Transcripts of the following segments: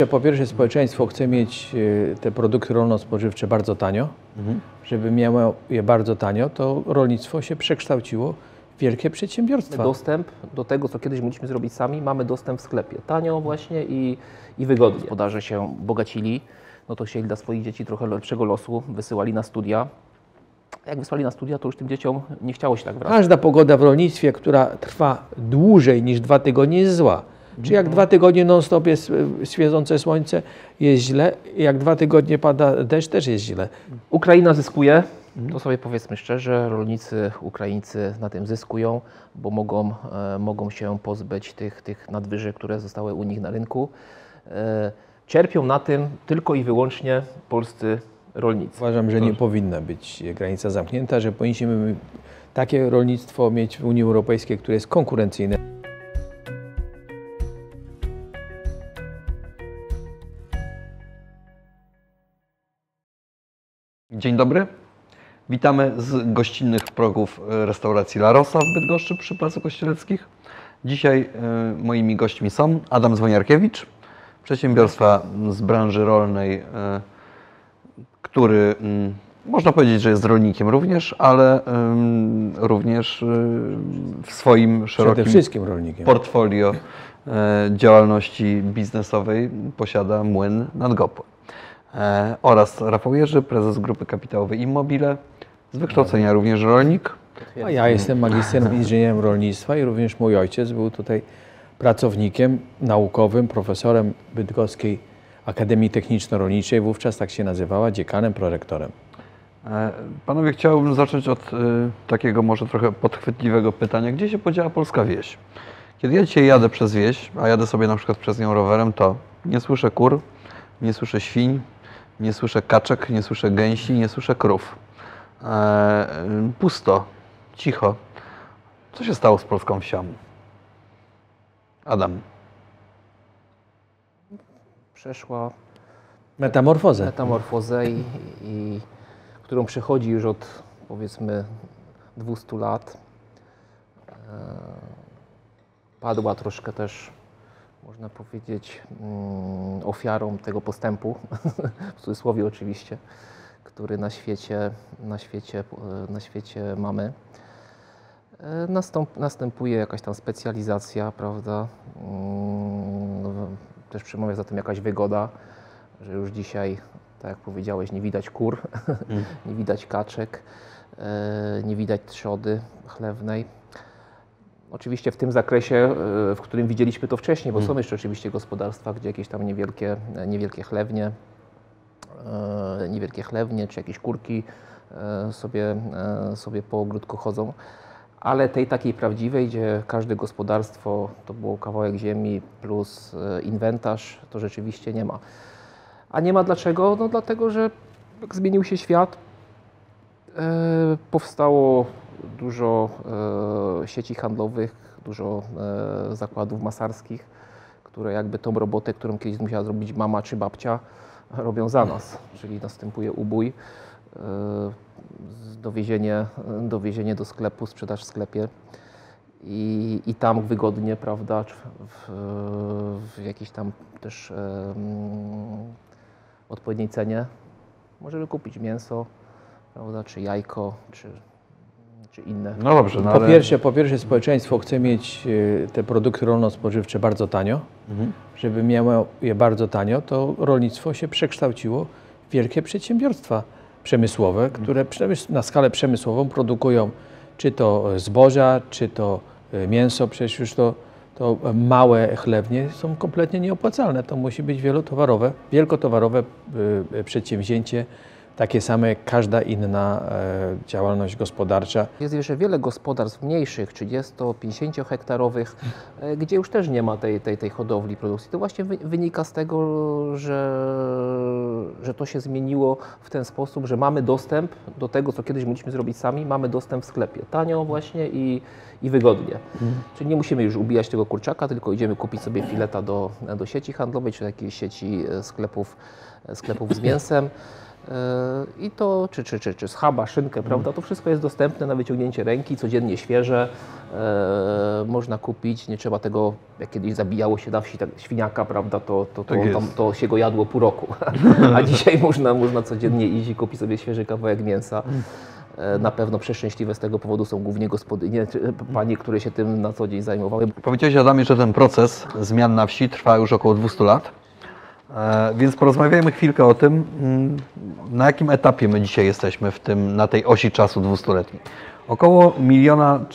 Po pierwsze, społeczeństwo chce mieć te produkty rolno-spożywcze bardzo tanio. Żeby miało je bardzo tanio, to rolnictwo się przekształciło w wielkie przedsiębiorstwa. Dostęp do tego, co kiedyś mogliśmy zrobić sami, mamy dostęp w sklepie. Tanio właśnie i wygodnie. Gospodarze się bogacili, no to chcieli dla swoich dzieci trochę lepszego losu, wysyłali na studia. Jak wysłali na studia, to już tym dzieciom nie chciało się tak wracać. Każda pogoda w rolnictwie, która trwa dłużej niż 2 tygodnie, jest zła. Czy jak 2 tygodnie non-stop jest świecące słońce, jest źle, jak 2 tygodnie pada deszcz, też jest źle. Ukraina zyskuje, to sobie powiedzmy szczerze, rolnicy ukraińcy na tym zyskują, bo mogą się pozbyć tych nadwyżek, które zostały u nich na rynku. Cierpią na tym tylko i wyłącznie polscy rolnicy. Uważam, że nie powinna być granica zamknięta, że powinniśmy takie rolnictwo mieć w Unii Europejskiej, które jest konkurencyjne. Dzień dobry. Witamy z gościnnych progów restauracji La Rosa w Bydgoszczy przy Placu Kościeleckich. Dzisiaj moimi gośćmi są Adam Zwoniarkiewicz, przedsiębiorstwa z branży rolnej, który można powiedzieć, że jest rolnikiem również, ale również w swoim szerokim portfolio działalności biznesowej posiada młyn nad Gopłem. Oraz Rafał Jerzy, prezes Grupy Kapitałowej Immobile, z wykształcenia również rolnik. A ja jestem magistrem inżynierem rolnictwa i również mój ojciec był tutaj pracownikiem naukowym, profesorem Bydgoskiej Akademii Techniczno-Rolniczej, wówczas tak się nazywała, dziekanem, prorektorem. Panowie, chciałbym zacząć od takiego może trochę podchwytliwego pytania. Gdzie się podziała polska wieś? Kiedy ja dzisiaj jadę przez wieś, a jadę sobie na przykład przez nią rowerem, to nie słyszę kur, nie słyszę świń, nie słyszę kaczek, nie słyszę gęsi, nie słyszę krów. Pusto, cicho. Co się stało z polską wsią? Adam. Przeszła metamorfozę, którą przechodzi już od powiedzmy 200 lat. Padła troszkę też, można powiedzieć, ofiarą tego postępu, w cudzysłowie oczywiście, który na świecie mamy. Następuje jakaś tam specjalizacja, prawda? Też przemawia za tym jakaś wygoda, że już dzisiaj, tak jak powiedziałeś, nie widać kur, nie widać kaczek, nie widać trzody chlewnej. Oczywiście w tym zakresie, w którym widzieliśmy to wcześniej, bo są jeszcze oczywiście gospodarstwa, gdzie jakieś tam niewielkie chlewnie, czy jakieś kurki sobie po ogródku chodzą. Ale tej takiej prawdziwej, gdzie każde gospodarstwo to było kawałek ziemi plus inwentarz, to rzeczywiście nie ma. A nie ma dlaczego? No dlatego, że jak zmienił się świat, powstało dużo sieci handlowych, dużo zakładów masarskich, które jakby tą robotę, którą kiedyś musiała zrobić mama czy babcia, robią za nas. Czyli następuje ubój, dowiezienie do sklepu, sprzedaż w sklepie i tam wygodnie, prawda, w jakiejś tam też odpowiedniej cenie możemy kupić mięso, prawda, czy jajko, czy inne. No dobrze, no Po pierwsze, społeczeństwo chce mieć te produkty rolno-spożywcze bardzo tanio. Żeby miało je bardzo tanio, to rolnictwo się przekształciło w wielkie przedsiębiorstwa przemysłowe, które na skalę przemysłową produkują czy to zboża, czy to mięso. Przecież już to małe chlewnie są kompletnie nieopłacalne. To musi być wielkotowarowe przedsięwzięcie, takie same jak każda inna działalność gospodarcza. Jest jeszcze wiele gospodarstw mniejszych, 30-50 hektarowych, gdzie już też nie ma tej hodowli, produkcji. To właśnie wynika z tego, że to się zmieniło w ten sposób, że mamy dostęp do tego, co kiedyś mogliśmy zrobić sami, mamy dostęp w sklepie. Tanio właśnie i wygodnie. Czyli nie musimy już ubijać tego kurczaka, tylko idziemy kupić sobie fileta do sieci handlowej, czy jakiejś sieci sklepów z mięsem. I to, czy schaba, szynkę, prawda, to wszystko jest dostępne na wyciągnięcie ręki, codziennie świeże, można kupić, nie trzeba tego, jak kiedyś zabijało się na wsi tak, świniaka, prawda, to się go jadło pół roku, a dzisiaj można codziennie iść i kupić sobie świeży kawałek mięsa. Na pewno przeszczęśliwe z tego powodu są głównie gospodynie, panie, które się tym na co dzień zajmowały. Powiedziałeś, Adamie, że ten proces zmian na wsi trwa już około 200 lat. Więc porozmawiajmy chwilkę o tym, na jakim etapie my dzisiaj jesteśmy na tej osi czasu 200-letniej. Około 1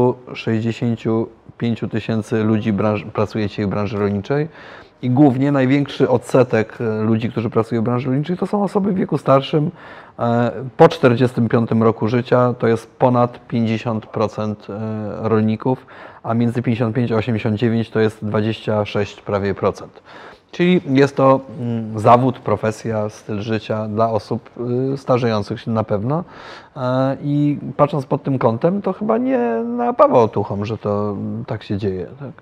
365 000 ludzi pracuje dzisiaj w branży rolniczej i głównie największy odsetek ludzi, którzy pracują w branży rolniczej, to są osoby w wieku starszym. Po 45 roku życia to jest ponad 50% rolników, a między 55 a 89 to jest 26 prawie procent. Czyli jest to zawód, profesja, styl życia dla osób starzejących się na pewno. I patrząc pod tym kątem, to chyba nie napawa otuchą, że to tak się dzieje. Tak?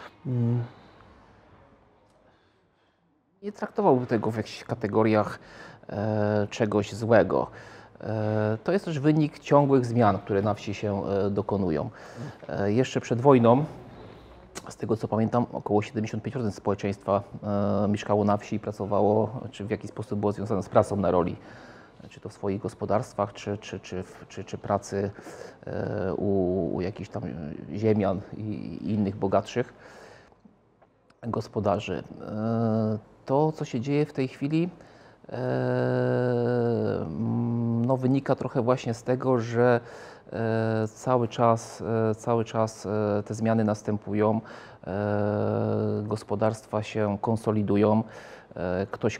Nie traktowałbym tego w jakichś kategoriach czegoś złego. To jest też wynik ciągłych zmian, które na wsi się dokonują. Jeszcze przed wojną, z tego co pamiętam, około 75% społeczeństwa mieszkało na wsi i pracowało, czy w jakiś sposób było związane z pracą na roli. Czy to w swoich gospodarstwach, czy pracy u jakichś tam ziemian i innych bogatszych gospodarzy. To, co się dzieje w tej chwili, no, wynika trochę właśnie z tego, że cały czas te zmiany następują, gospodarstwa się konsolidują, ktoś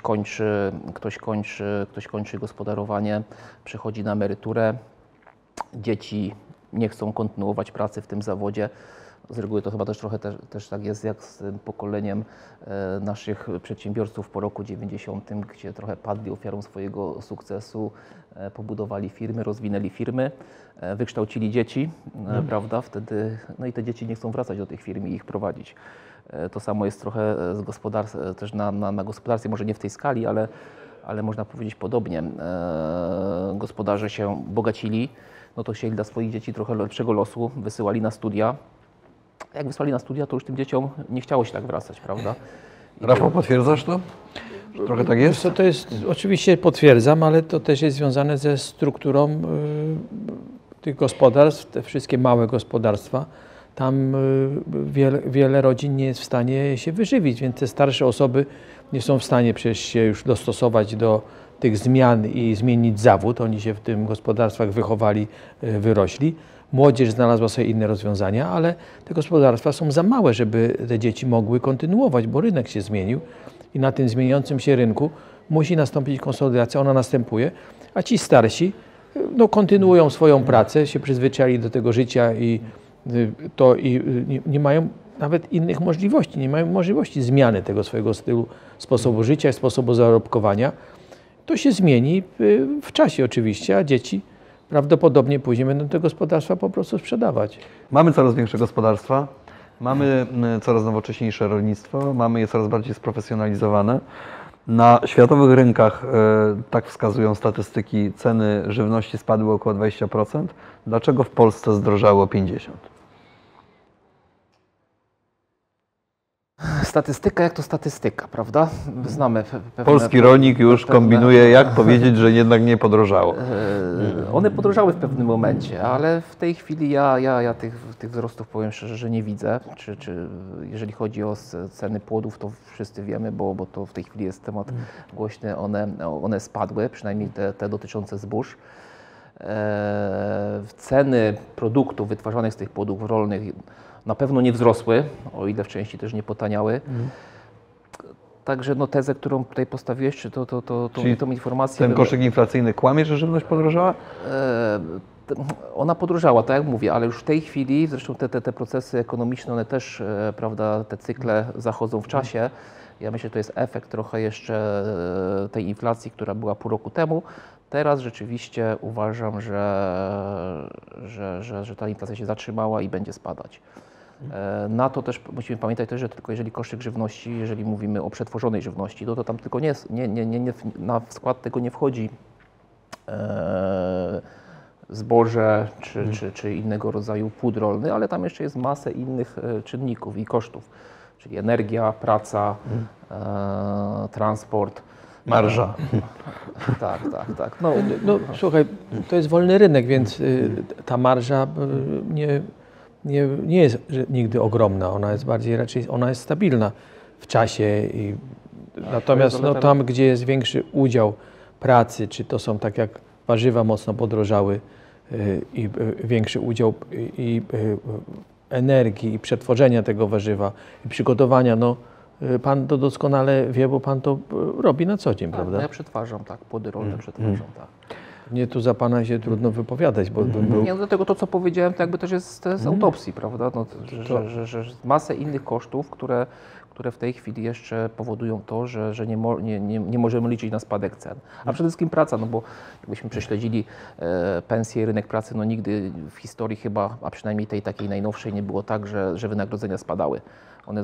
kończy gospodarowanie, przechodzi na emeryturę, dzieci nie chcą kontynuować pracy w tym zawodzie. Z reguły to chyba też trochę też tak jest jak z tym pokoleniem naszych przedsiębiorców po roku 90, gdzie trochę padli ofiarą swojego sukcesu, pobudowali firmy, rozwinęli firmy, wykształcili dzieci, prawda, wtedy, no i te dzieci nie chcą wracać do tych firm i ich prowadzić. To samo jest trochę z też na gospodarce, może nie w tej skali, ale można powiedzieć podobnie. Gospodarze się bogacili, no to chcieli dla swoich dzieci trochę lepszego losu, wysyłali na studia. Jak wysłali na studia, to już tym dzieciom nie chciało się tak wracać, prawda? Rafał, potwierdzasz to? Że trochę tak jest? To jest, oczywiście potwierdzam, ale to też jest związane ze strukturą tych gospodarstw, te wszystkie małe gospodarstwa. Tam wiele rodzin nie jest w stanie się wyżywić, więc te starsze osoby nie są w stanie przecież się już dostosować do tych zmian i zmienić zawód. Oni się w tym gospodarstwach wychowali, wyrośli. Młodzież znalazła sobie inne rozwiązania, ale te gospodarstwa są za małe, żeby te dzieci mogły kontynuować, bo rynek się zmienił i na tym zmieniającym się rynku musi nastąpić konsolidacja, ona następuje, a ci starsi no, kontynuują swoją pracę, się przyzwyczaili do tego życia i nie mają nawet innych możliwości, nie mają możliwości zmiany tego swojego stylu, sposobu życia, sposobu zarobkowania. To się zmieni w czasie oczywiście, a dzieci prawdopodobnie później będą te gospodarstwa po prostu sprzedawać. Mamy coraz większe gospodarstwa, mamy coraz nowocześniejsze rolnictwo, mamy je coraz bardziej sprofesjonalizowane. Na światowych rynkach, tak wskazują statystyki, ceny żywności spadły około 20%. Dlaczego w Polsce zdrożało 50%? Statystyka jak to statystyka, prawda? Znamy Polski rolnik już kombinuje, jak powiedzieć, że jednak nie podrożało. One podrożały w pewnym momencie, ale w tej chwili ja tych wzrostów, powiem szczerze, że nie widzę. Czy jeżeli chodzi o ceny płodów, to wszyscy wiemy, bo to w tej chwili jest temat głośny, one spadły, przynajmniej te dotyczące zbóż. Ceny produktów wytwarzanych z tych płodów rolnych na pewno nie wzrosły, o ile w części też nie potaniały. Także no, tezę, którą tutaj postawiłeś, czy tą informację... Ten koszyk inflacyjny kłamie, że żywność podrożała? Ona podrożała, tak jak mówię, ale już w tej chwili, zresztą te procesy ekonomiczne, one też, prawda, te cykle zachodzą w czasie. Ja myślę, że to jest efekt trochę jeszcze tej inflacji, która była pół roku temu. Teraz rzeczywiście uważam, że ta inflacja się zatrzymała i będzie spadać. Na to też musimy pamiętać, że tylko jeżeli koszty żywności, jeżeli mówimy o przetworzonej żywności, to tam tylko na skład tego nie wchodzi zboże czy innego rodzaju płód rolny, ale tam jeszcze jest masę innych czynników i kosztów, czyli energia, praca, transport. Marża. Tak. No, słuchaj, to jest wolny rynek, więc ta marża nie jest nigdy ogromna, ona jest raczej ona jest stabilna w czasie. Natomiast tam, gdzie jest większy udział pracy, czy to są tak jak warzywa mocno podrożały i większy udział i energii i przetworzenia tego warzywa i przygotowania, pan to doskonale wie, bo pan to robi na co dzień, prawda? No ja przetwarzam, płody rolne przetwarzam, Nie, tu za pana się trudno wypowiadać, bo bym był... Nie, dlatego to, co powiedziałem, to jakby też jest z autopsji, prawda? Że masę innych kosztów, które w tej chwili jeszcze powodują to, że nie możemy liczyć na spadek cen. A przede wszystkim praca, bo jakbyśmy prześledzili pensje i rynek pracy, nigdy w historii chyba, a przynajmniej tej takiej najnowszej, nie było tak, że wynagrodzenia spadały. One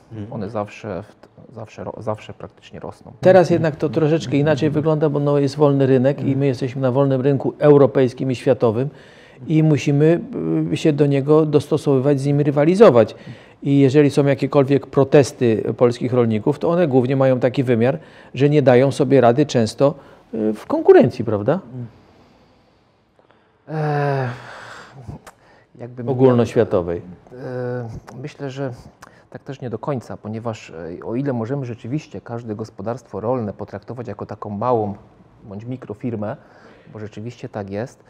zawsze praktycznie rosną. Teraz jednak to troszeczkę inaczej wygląda, bo jest wolny rynek i my jesteśmy na wolnym rynku europejskim i światowym i musimy się do niego dostosowywać, z nim rywalizować. I jeżeli są jakiekolwiek protesty polskich rolników, to one głównie mają taki wymiar, że nie dają sobie rady często w konkurencji, prawda? Ogólnoświatowej. Myślę, że tak też nie do końca, ponieważ o ile możemy rzeczywiście każde gospodarstwo rolne potraktować jako taką małą bądź mikrofirmę, bo rzeczywiście tak jest,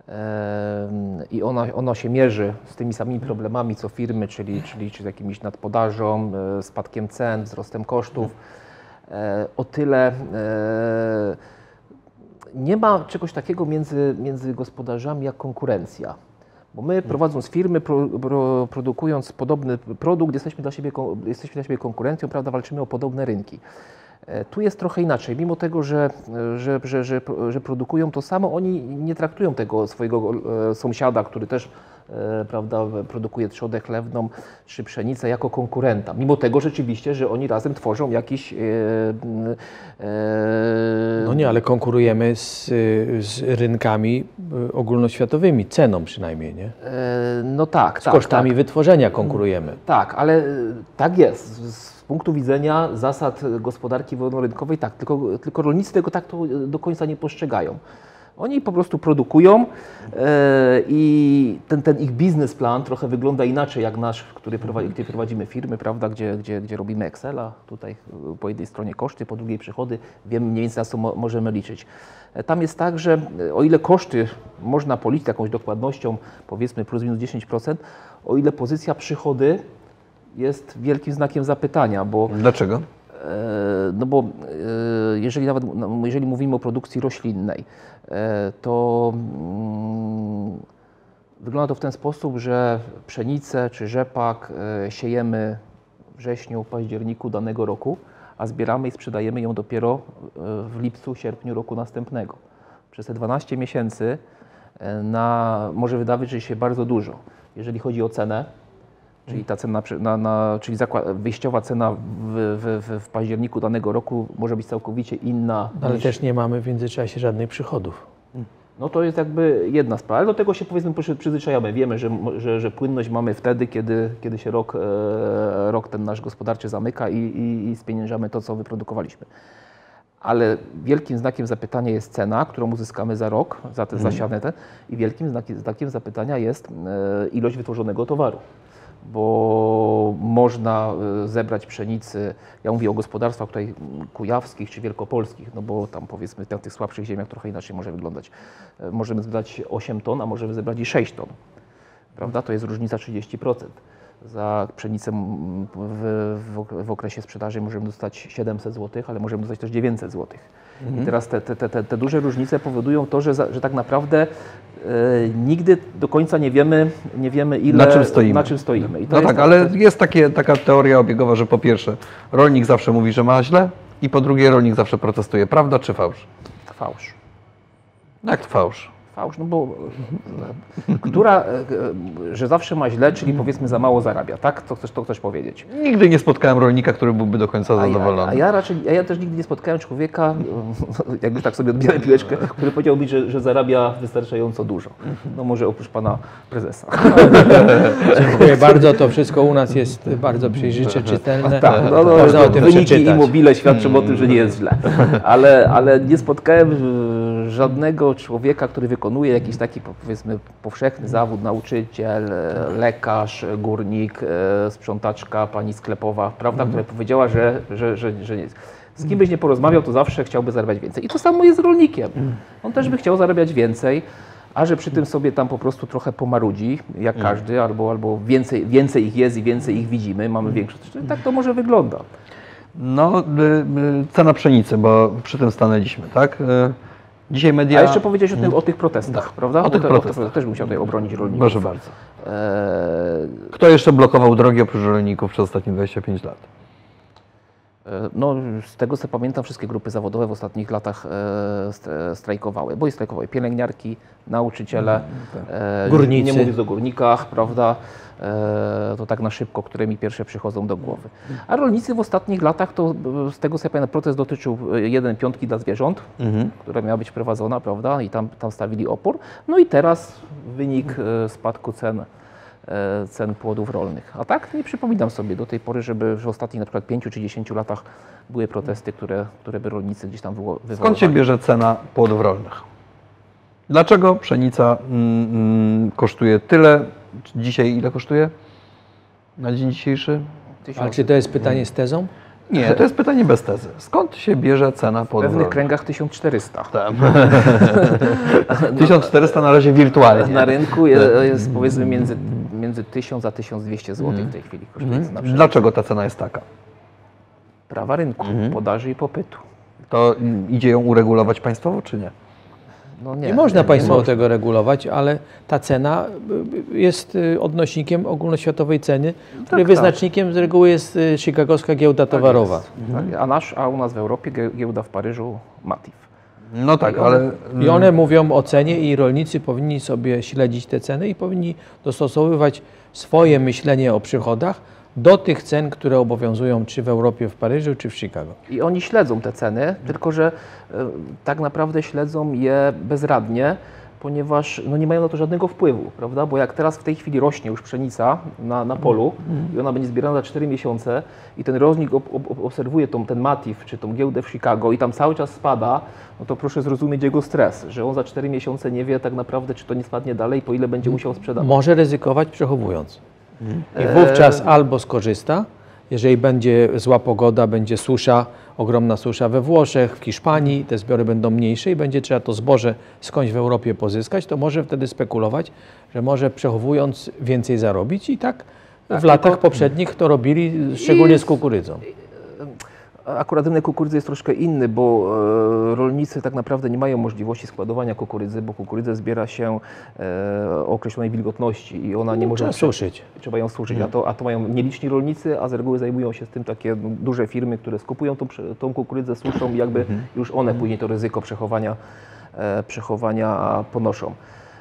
i ona się mierzy z tymi samymi problemami co firmy, czyli z jakimiś nadpodażą, spadkiem cen, wzrostem kosztów, o tyle nie ma czegoś takiego między gospodarzami jak konkurencja. Bo my prowadząc firmy, produkując podobny produkt, jesteśmy dla siebie konkurencją, prawda, walczymy o podobne rynki. Tu jest trochę inaczej. Mimo tego, że produkują to samo, oni nie traktują tego swojego sąsiada, który też prawda, produkuje trzodę chlewną czy pszenicę jako konkurenta. Mimo tego rzeczywiście, że oni razem tworzą jakiś... No nie, ale konkurujemy z rynkami ogólnoświatowymi, ceną przynajmniej, nie? No tak. Z kosztami wytworzenia konkurujemy. Tak, ale tak jest. Z punktu widzenia zasad gospodarki wolnorynkowej tak, tylko rolnicy tego tak do końca nie postrzegają. Oni po prostu produkują i ten ich biznesplan trochę wygląda inaczej jak nasz, który prowadzimy firmy, prawda, gdzie robimy Excela, tutaj po jednej stronie koszty, po drugiej przychody, wiemy mniej więcej na co możemy liczyć. Tam jest tak, że o ile koszty można policzyć jakąś dokładnością, powiedzmy plus minus 10%, o ile pozycja przychody jest wielkim znakiem zapytania, bo... Dlaczego? No bo jeżeli mówimy o produkcji roślinnej, to wygląda to w ten sposób, że pszenicę czy rzepak siejemy w wrześniu, październiku danego roku, a zbieramy i sprzedajemy ją dopiero w lipcu, sierpniu roku następnego. Przez te 12 miesięcy może wydawać się bardzo dużo. Jeżeli chodzi o cenę, czyli ta cena, czyli wyjściowa cena w październiku danego roku może być całkowicie inna. Ale też nie mamy w międzyczasie żadnych przychodów. No to jest jakby jedna sprawa, ale do tego się powiedzmy przyzwyczajamy. Wiemy, że płynność mamy wtedy, kiedy się rok ten nasz gospodarczy zamyka i spieniężamy to, co wyprodukowaliśmy. Ale wielkim znakiem zapytania jest cena, którą uzyskamy za rok, za te zasiane i wielkim znakiem zapytania jest ilość wytworzonego towaru. Bo można zebrać pszenicy, ja mówię o gospodarstwach tutaj kujawskich czy wielkopolskich, no bo tam powiedzmy na tych słabszych ziemiach trochę inaczej może wyglądać. Możemy zebrać 8 ton, a możemy zebrać i 6 ton, prawda? To jest różnica 30%. Za pszenicę w okresie sprzedaży możemy dostać 700 zł, ale możemy dostać też 900 zł. I teraz te duże różnice powodują to, że tak naprawdę nigdy do końca nie wiemy ile, na czym stoimy. I to no tak, ale jest taka teoria obiegowa, że po pierwsze rolnik zawsze mówi, że ma źle i po drugie rolnik zawsze protestuje. Prawda czy fałsz? Fałsz. Jak fałsz? fałsz, no bo że zawsze ma źle, czyli powiedzmy za mało zarabia, tak? To chcesz powiedzieć. Nigdy nie spotkałem rolnika, który byłby do końca zadowolony. Ja też nigdy nie spotkałem człowieka, jakby tak sobie odbierał piłeczkę, który powiedziałby, że zarabia wystarczająco dużo. No może oprócz pana prezesa. Dziękuję bardzo, to wszystko u nas jest bardzo przejrzyste, czytelne. Tak, można o tym wyniki przeczytać. i mobile świadczą o tym, że nie jest źle. Ale nie spotkałem żadnego człowieka, który wykonuje jakiś taki, powiedzmy, powszechny zawód, nauczyciel, lekarz, górnik, sprzątaczka, pani sklepowa, prawda, która powiedziała, że nie. Z kim byś nie porozmawiał, to zawsze chciałby zarabiać więcej. I to samo jest z rolnikiem. On też by chciał zarabiać więcej, a że przy tym sobie tam po prostu trochę pomarudzi, jak każdy, albo więcej ich jest i więcej ich widzimy, mamy większość. Tak to może wygląda. No, cena pszenicy, bo przy tym stanęliśmy, tak? Dzisiaj media... A jeszcze powiedzieć o tych protestach, prawda? O tych protestach. Też bym chciał tutaj obronić rolników. Proszę bardzo. Kto jeszcze blokował drogi oprócz rolników przez ostatnie 25 lat? No, z tego co pamiętam, wszystkie grupy zawodowe w ostatnich latach strajkowały, bo i strajkowały pielęgniarki, nauczyciele, górnicy. Nie mówiąc o górnikach, prawda? To tak na szybko, które mi pierwsze przychodzą do głowy. A rolnicy w ostatnich latach, to z tego co pamiętam, protest dotyczył 1,5 dla zwierząt, która miała być prowadzona, prawda? I tam stawili opór. No i teraz wynik spadku cen płodów rolnych. A tak nie przypominam sobie do tej pory, żeby w ostatnich na przykład 5 czy 10 latach były protesty, które by rolnicy gdzieś tam wywoływali. Skąd się bierze cena płodów rolnych? Dlaczego pszenica kosztuje tyle? Dzisiaj ile kosztuje na dzień dzisiejszy? Ale czy to jest pytanie z tezą? Nie, to jest pytanie bez tezy. Skąd się bierze cena płodów rolnych? W pewnych kręgach 1400. Tak. 1400 na razie wirtualnie. Na rynku jest powiedzmy między 1000 a 1200 zł w tej chwili. Dlaczego ta cena jest taka? Prawa rynku, podaży i popytu. To idzie ją uregulować państwowo, czy nie? No nie można państwowo tego regulować, ale ta cena jest odnośnikiem ogólnoświatowej ceny, której wyznacznikiem z reguły jest chicagowska giełda towarowa. A u nas w Europie giełda w Paryżu MATIF. No tak, ale... I one mówią o cenie i rolnicy powinni sobie śledzić te ceny i powinni dostosowywać swoje myślenie o przychodach do tych cen, które obowiązują czy w Europie, w Paryżu, czy w Chicago. I oni śledzą te ceny, tylko że tak naprawdę śledzą je bezradnie, ponieważ no nie mają na to żadnego wpływu, prawda? Bo jak teraz w tej chwili rośnie już pszenica na polu i ona będzie zbierana za 4 miesiące i ten rolnik obserwuje ten MATIF czy tą giełdę w Chicago i tam cały czas spada, no to proszę zrozumieć jego stres, że on za 4 miesiące nie wie tak naprawdę, czy to nie spadnie dalej, po ile będzie musiał sprzedawać. Może ryzykować przechowując. I wówczas albo skorzysta, jeżeli będzie zła pogoda, będzie susza, ogromna susza we Włoszech, w Hiszpanii, te zbiory będą mniejsze i będzie trzeba to zboże skądś w Europie pozyskać, to może wtedy spekulować, że może przechowując więcej zarobić i tak w latach poprzednich to robili, szczególnie z kukurydzą. Akurat rynek kukurydzy jest troszkę inny, bo rolnicy tak naprawdę nie mają możliwości składowania kukurydzy, bo kukurydzę zbiera się o określonej wilgotności i ona nie może... Trzeba suszyć. Trzeba ją suszyć, a to mają nieliczni rolnicy, a z reguły zajmują się z tym takie duże firmy, które skupują tą kukurydzę, suszą i jakby już one później to ryzyko przechowania ponoszą.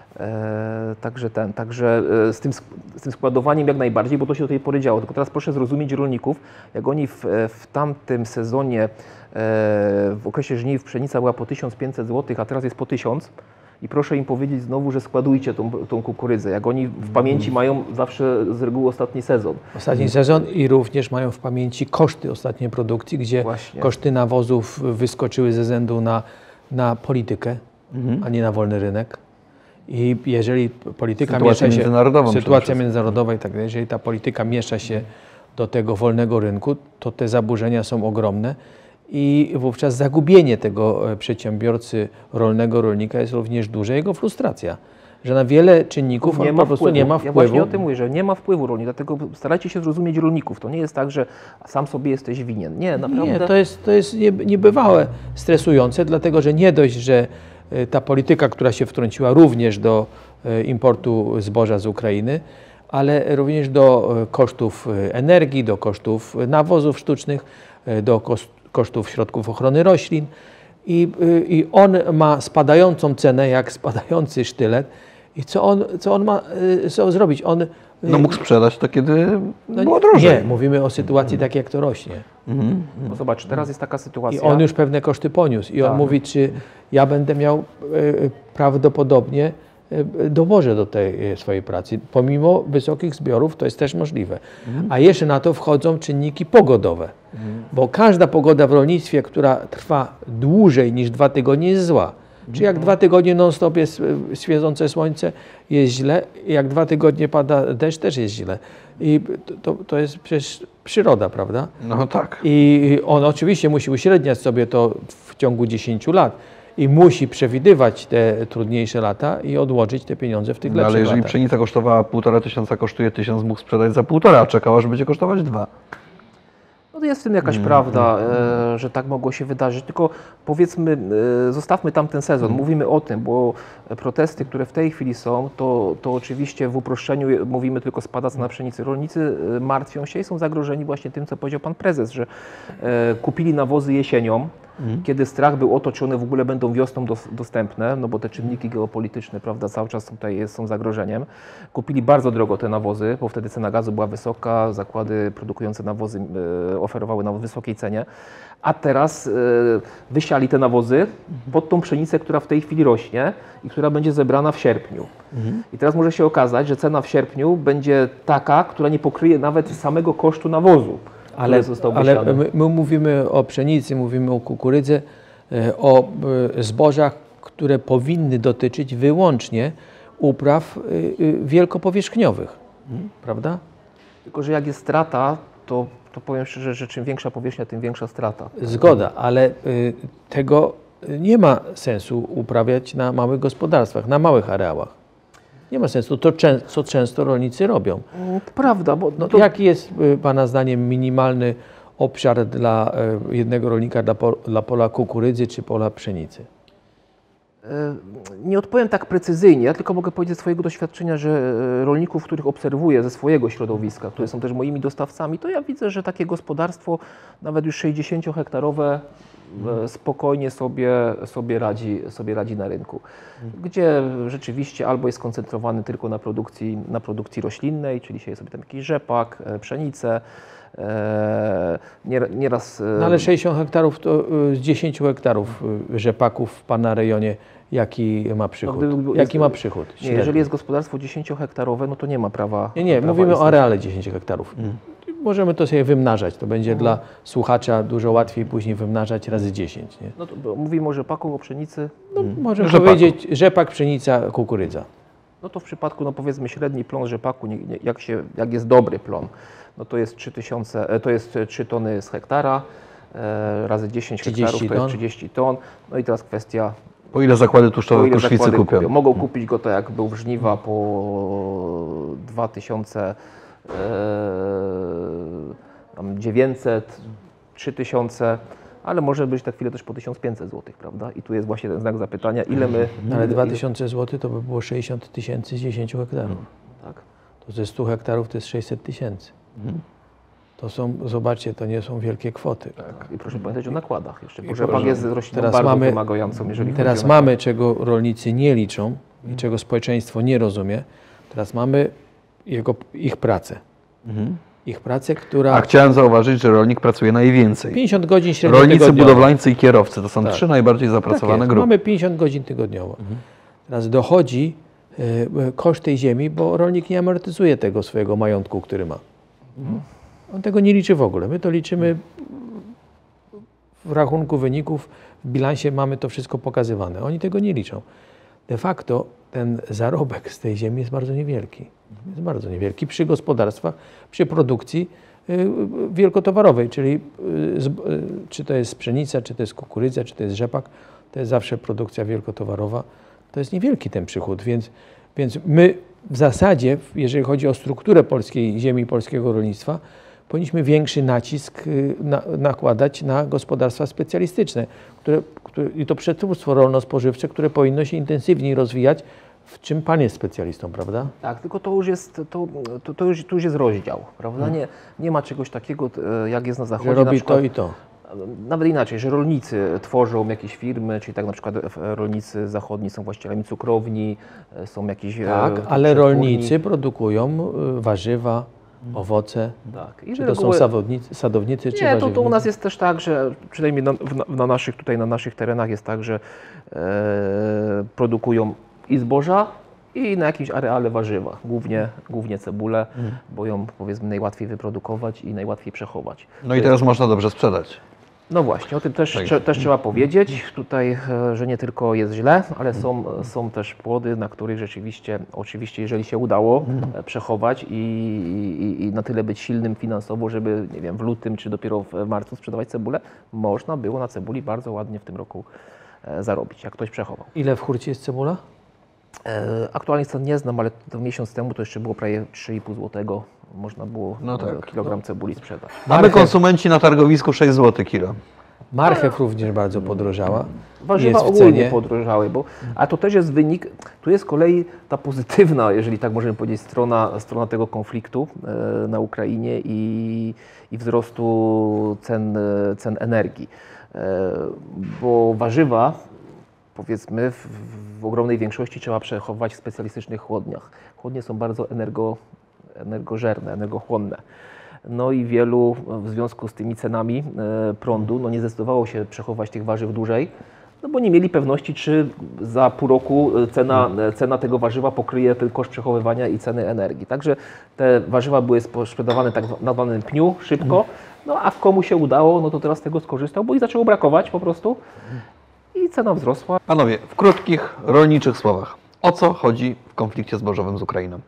Także z tym składowaniem jak najbardziej, bo to się do tej pory działo. Tylko teraz proszę zrozumieć rolników, jak oni w tamtym sezonie, w okresie żniw pszenica była po 1500 zł, a teraz jest po 1000 i proszę im powiedzieć znowu, że składujcie tą kukurydzę. Jak oni w pamięci mają zawsze z reguły ostatni sezon. Ostatni sezon i również mają w pamięci koszty ostatniej produkcji, gdzie koszty nawozów wyskoczyły ze względu na politykę, a nie na wolny rynek. I jeżeli polityka miesza się, sytuacja międzynarodowa i tak dalej, jeżeli ta polityka miesza się do tego wolnego rynku, to te zaburzenia są ogromne i wówczas zagubienie tego przedsiębiorcy rolnego, rolnika jest również duże, jego frustracja, że na wiele czynników on po prostu nie ma wpływu. Ja właśnie o tym mówię, że nie ma wpływu rolnik, dlatego starajcie się zrozumieć rolników. To nie jest tak, że sam sobie jesteś winien. Nie, naprawdę. Nie, to jest niebywałe stresujące, dlatego że nie dość, że ta polityka, która się wtrąciła również do importu zboża z Ukrainy, ale również do kosztów energii, do kosztów nawozów sztucznych, do kosztów środków ochrony roślin. i on ma spadającą cenę, jak spadający sztylet. I co on ma zrobić? No mógł sprzedać to, kiedy było drożej. Nie, mówimy o sytuacji tak, jak to rośnie. Bo zobacz, teraz jest taka sytuacja. I on już pewne koszty poniósł. I on mówi, czy ja będę miał prawdopodobnie dołożę do tej swojej pracy. Pomimo wysokich zbiorów to jest też możliwe. A jeszcze na to wchodzą czynniki pogodowe. Bo każda pogoda w rolnictwie, która trwa dłużej niż 2 tygodnie, jest zła. Czy jak 2 tygodnie non-stop jest świecące słońce, jest źle, jak 2 tygodnie pada deszcz, też jest źle. I to jest przecież przyroda, prawda? No tak. I on oczywiście musi uśredniać sobie to w ciągu 10 lat i musi przewidywać te trudniejsze lata i odłożyć te pieniądze w tych lepszych Ale jeżeli latach. pszenica kosztowała 1500, kosztuje 1000, mógł sprzedać za 1,5, a czekał, aż będzie kosztować 2. No jest w tym jakaś prawda, że tak mogło się wydarzyć, tylko powiedzmy, zostawmy tamten sezon, mówimy o tym, bo protesty, które w tej chwili są, to oczywiście w uproszczeniu mówimy tylko spada cena pszenicy. Rolnicy martwią się i są zagrożeni właśnie tym, co powiedział pan prezes, że kupili nawozy jesienią, kiedy strach był o to, czy one w ogóle będą wiosną dostępne, no bo te czynniki geopolityczne, prawda, cały czas tutaj są zagrożeniem. Kupili bardzo drogo te nawozy, bo wtedy cena gazu była wysoka, zakłady produkujące nawozy oferowały na wysokiej cenie, a teraz wysiali te nawozy pod tą pszenicę, która w tej chwili rośnie i która będzie zebrana w sierpniu. I teraz może się okazać, że cena w sierpniu będzie taka, która nie pokryje nawet samego kosztu nawozu. Ale my mówimy o pszenicy, mówimy o kukurydzy, o zbożach, które powinny dotyczyć wyłącznie upraw wielkopowierzchniowych, prawda? Tylko że jak jest strata, to powiem szczerze, że czym większa powierzchnia, tym większa strata. Zgoda, ale tego nie ma sensu uprawiać na małych gospodarstwach, na małych areałach. Nie ma sensu. To, co często rolnicy robią. Prawda, bo Jaki jest pana zdaniem minimalny obszar dla jednego rolnika, dla pola kukurydzy czy pola pszenicy? Nie odpowiem tak precyzyjnie, ja tylko mogę powiedzieć ze swojego doświadczenia, że rolników, których obserwuję ze swojego środowiska, które są też moimi dostawcami, to ja widzę, że takie gospodarstwo, nawet już 60-hektarowe, spokojnie sobie radzi na rynku, gdzie rzeczywiście albo jest skoncentrowany tylko na produkcji roślinnej, czyli sieje sobie tam jakiś rzepak, pszenicę, nieraz... No ale 60 hektarów to z 10 hektarów rzepaków w pana rejonie, jaki ma przychód? Jaki ma przychód? Nie, jeżeli jest gospodarstwo 10-hektarowe, no to nie ma prawa... Nie, mówimy o areale 10 hektarów. Możemy to sobie wymnażać, to będzie dla słuchacza dużo łatwiej później wymnażać razy 10. Nie? No to mówimy o rzepaku, o pszenicy. No, możemy powiedzieć rzepak, pszenica, kukurydza. No to w przypadku, no powiedzmy, średni plon rzepaku, jak jest dobry plon, no to jest 3000, to jest 3 tony z hektara, razy 10 hektarów to jest 30 ton. No i teraz kwestia... Po ile zakłady tłuszczowe kruszwicy kupią? Mogą kupić go tak, jak był w żniwa, po 2900, 3000, ale może być na chwilę też po 1500 zł, prawda? I tu jest właśnie ten znak zapytania, ile my... Ale 2000 zł to by było 60 tysięcy z 10 hektarów. Tak. To ze 100 hektarów to jest 600 tysięcy. To są, zobaczcie, to nie są wielkie kwoty. Tak. I proszę pamiętać o nakładach jeszcze, bo rzepak jest rośliną bardzo wymagającą, jeżeli teraz chodzi o mamy, czego rolnicy nie liczą i czego społeczeństwo nie rozumie, teraz mamy ich pracę. Ich pracę, która... A chciałem zauważyć, że rolnik pracuje najwięcej. 50 godzin średnio Rolnicy, tygodniowo. budowlańcy i kierowcy to są 3 najbardziej zapracowane grupy. Mamy 50 godzin tygodniowo. Teraz dochodzi koszt tej ziemi, bo rolnik nie amortyzuje tego swojego majątku, który ma. On tego nie liczy w ogóle. My to liczymy w rachunku wyników, w bilansie mamy to wszystko pokazywane. Oni tego nie liczą. De facto ten zarobek z tej ziemi jest bardzo niewielki. Jest bardzo niewielki przy gospodarstwach, przy produkcji wielkotowarowej, czyli czy to jest pszenica, czy to jest kukurydza, czy to jest rzepak, to jest zawsze produkcja wielkotowarowa. To jest niewielki ten przychód, więc my w zasadzie, jeżeli chodzi o strukturę polskiej ziemi, polskiego rolnictwa, powinniśmy większy nacisk nakładać na gospodarstwa specjalistyczne, i to przetwórstwo rolno-spożywcze, które powinno się intensywniej rozwijać, w czym pan jest specjalistą, prawda? Tak, tylko to już jest rozdział, prawda? Nie ma czegoś takiego, jak jest na zachodzie. Że robi na przykład, to i to. Nawet inaczej, że rolnicy tworzą jakieś firmy, czyli tak na przykład rolnicy zachodni są właścicielami cukrowni, są jakieś... Tak, ale rolnicy produkują warzywa, owoce. Tak. Czy to są sadownicy, czy warzywnicy? To u nas jest też tak, że przynajmniej na naszych terenach jest tak, że produkują i zboża, i na jakimś areale warzywa, głównie cebulę, bo ją powiedzmy najłatwiej wyprodukować i najłatwiej przechować. No i teraz można dobrze sprzedać. No właśnie, o tym też trzeba powiedzieć tutaj, że nie tylko jest źle, ale są też płody, na których rzeczywiście, oczywiście jeżeli się udało przechować i na tyle być silnym finansowo, żeby nie wiem, w lutym czy dopiero w marcu sprzedawać cebulę, można było na cebuli bardzo ładnie w tym roku zarobić, jak ktoś przechował. Ile w hurcie jest cebula? Aktualnie cen nie znam, ale to miesiąc temu to jeszcze było prawie 3,5 zł. Można było kilogram cebuli sprzedać. Mamy konsumenci na targowisku 6 zł kilo. Marchew również bardzo podrożała. Warzywa ogólnie podrożały, a to też jest wynik, tu jest z kolei ta pozytywna, jeżeli tak możemy powiedzieć, strona tego konfliktu na Ukrainie i wzrostu cen energii. Bo warzywa, powiedzmy, w ogromnej większości trzeba przechowywać w specjalistycznych chłodniach. Chłodnie są bardzo energożerne, energochłonne. No i wielu w związku z tymi cenami prądu nie zdecydowało się przechowywać tych warzyw dłużej, no bo nie mieli pewności, czy za pół roku cena tego warzywa pokryje tylko koszt przechowywania i ceny energii. Także te warzywa były sprzedawane tak na danym pniu, szybko, no a w komu się udało, no to teraz z tego skorzystał, bo ich zaczęło brakować po prostu i cena wzrosła. Panowie, w krótkich, rolniczych słowach, o co chodzi w konflikcie zbożowym z Ukrainą?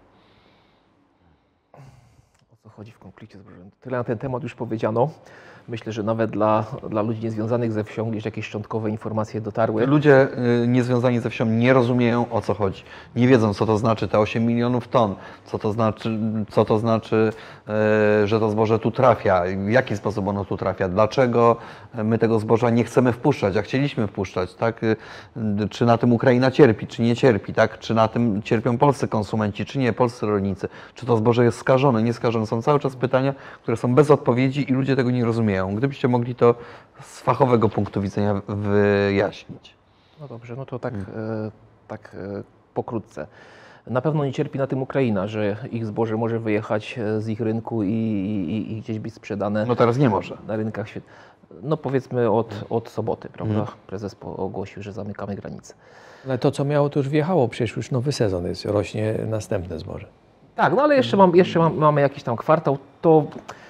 Chodzi w konflikcie zbożowym. Tyle na ten temat już powiedziano. Myślę, że nawet dla ludzi niezwiązanych ze wsią gdzieś jakieś szczątkowe informacje dotarły. Ludzie niezwiązani ze wsią nie rozumieją, o co chodzi. Nie wiedzą, co to znaczy te 8 milionów ton, co to znaczy, że to zboże tu trafia, w jaki sposób ono tu trafia, dlaczego my tego zboża nie chcemy wpuszczać, a chcieliśmy wpuszczać, tak? Czy na tym Ukraina cierpi, czy nie cierpi, tak? Czy na tym cierpią polscy konsumenci, czy nie, polscy rolnicy, czy to zboże jest skażone, nieskażone. Są cały czas pytania, które są bez odpowiedzi i ludzie tego nie rozumieją. Gdybyście mogli to z fachowego punktu widzenia wyjaśnić. No dobrze, no to tak pokrótce. Na pewno nie cierpi na tym Ukraina, że ich zboże może wyjechać z ich rynku i gdzieś być sprzedane. No teraz nie może. Na rynkach świata. No powiedzmy od soboty, prawda? Prezes ogłosił, że zamykamy granice. Ale to, co miało, to już wjechało, przecież już nowy sezon jest, rośnie następne zboże. Tak, no ale jeszcze mamy jakiś tam kwartał, to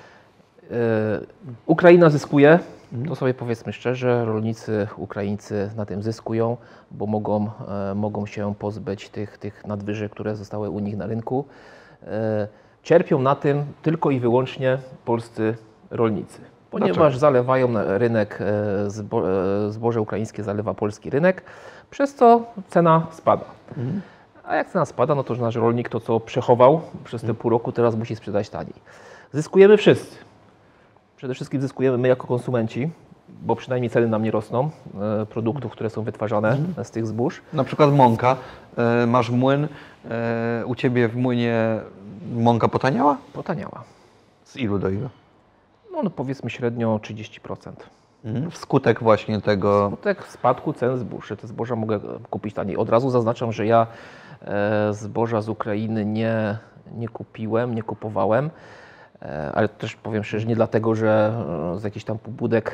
Ukraina zyskuje, to sobie powiedzmy szczerze, rolnicy Ukraińcy na tym zyskują, bo mogą się pozbyć tych nadwyżek, które zostały u nich na rynku. Cierpią na tym tylko i wyłącznie polscy rolnicy, ponieważ zalewają na rynek, zboże ukraińskie zalewa polski rynek, przez co cena spada. A jak cena spada, no to nasz rolnik to, co przechował przez te pół roku, teraz musi sprzedać taniej. Zyskujemy wszyscy. Przede wszystkim zyskujemy my jako konsumenci, bo przynajmniej ceny nam nie rosną produktów, które są wytwarzane z tych zbóż. Na przykład mąka. Masz młyn. U Ciebie w młynie mąka potaniała? Potaniała. Z ilu do ilu? No powiedzmy średnio 30%. Wskutek właśnie tego... Wskutek spadku cen zbóż. Te zboża mogę kupić taniej. Od razu zaznaczam, że ja zboża z Ukrainy nie kupiłem, nie kupowałem. Ale też powiem szczerze, nie dlatego, że z jakichś tam pobudek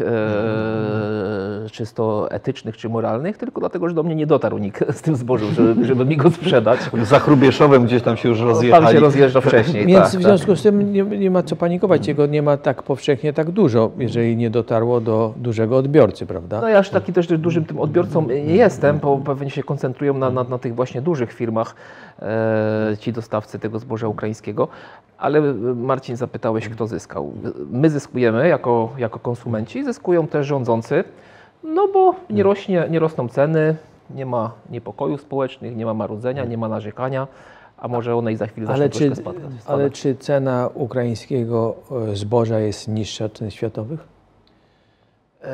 czysto etycznych czy moralnych, tylko dlatego, że do mnie nie dotarł nikt z tym zbożem, żeby mi go sprzedać. Za Chrubieszowem gdzieś tam się już rozjechali. Tam się rozjeżdża wcześniej. Więc w związku z tym nie ma co panikować, jego nie ma tak powszechnie tak dużo, jeżeli nie dotarło do dużego odbiorcy, prawda? No ja aż taki też dużym tym odbiorcą nie jestem, bo pewnie się koncentrują na tych właśnie dużych firmach, ci dostawcy tego zboża ukraińskiego. Ale Marcin, zapytałeś, kto zyskał. My zyskujemy jako konsumenci, zyskują też rządzący, no bo nie rosną ceny, nie ma niepokojów społecznych, nie ma marudzenia, nie ma narzekania, a może one i za chwilę zaczną troszkę spadać. Ale czy cena ukraińskiego zboża jest niższa od cen światowych?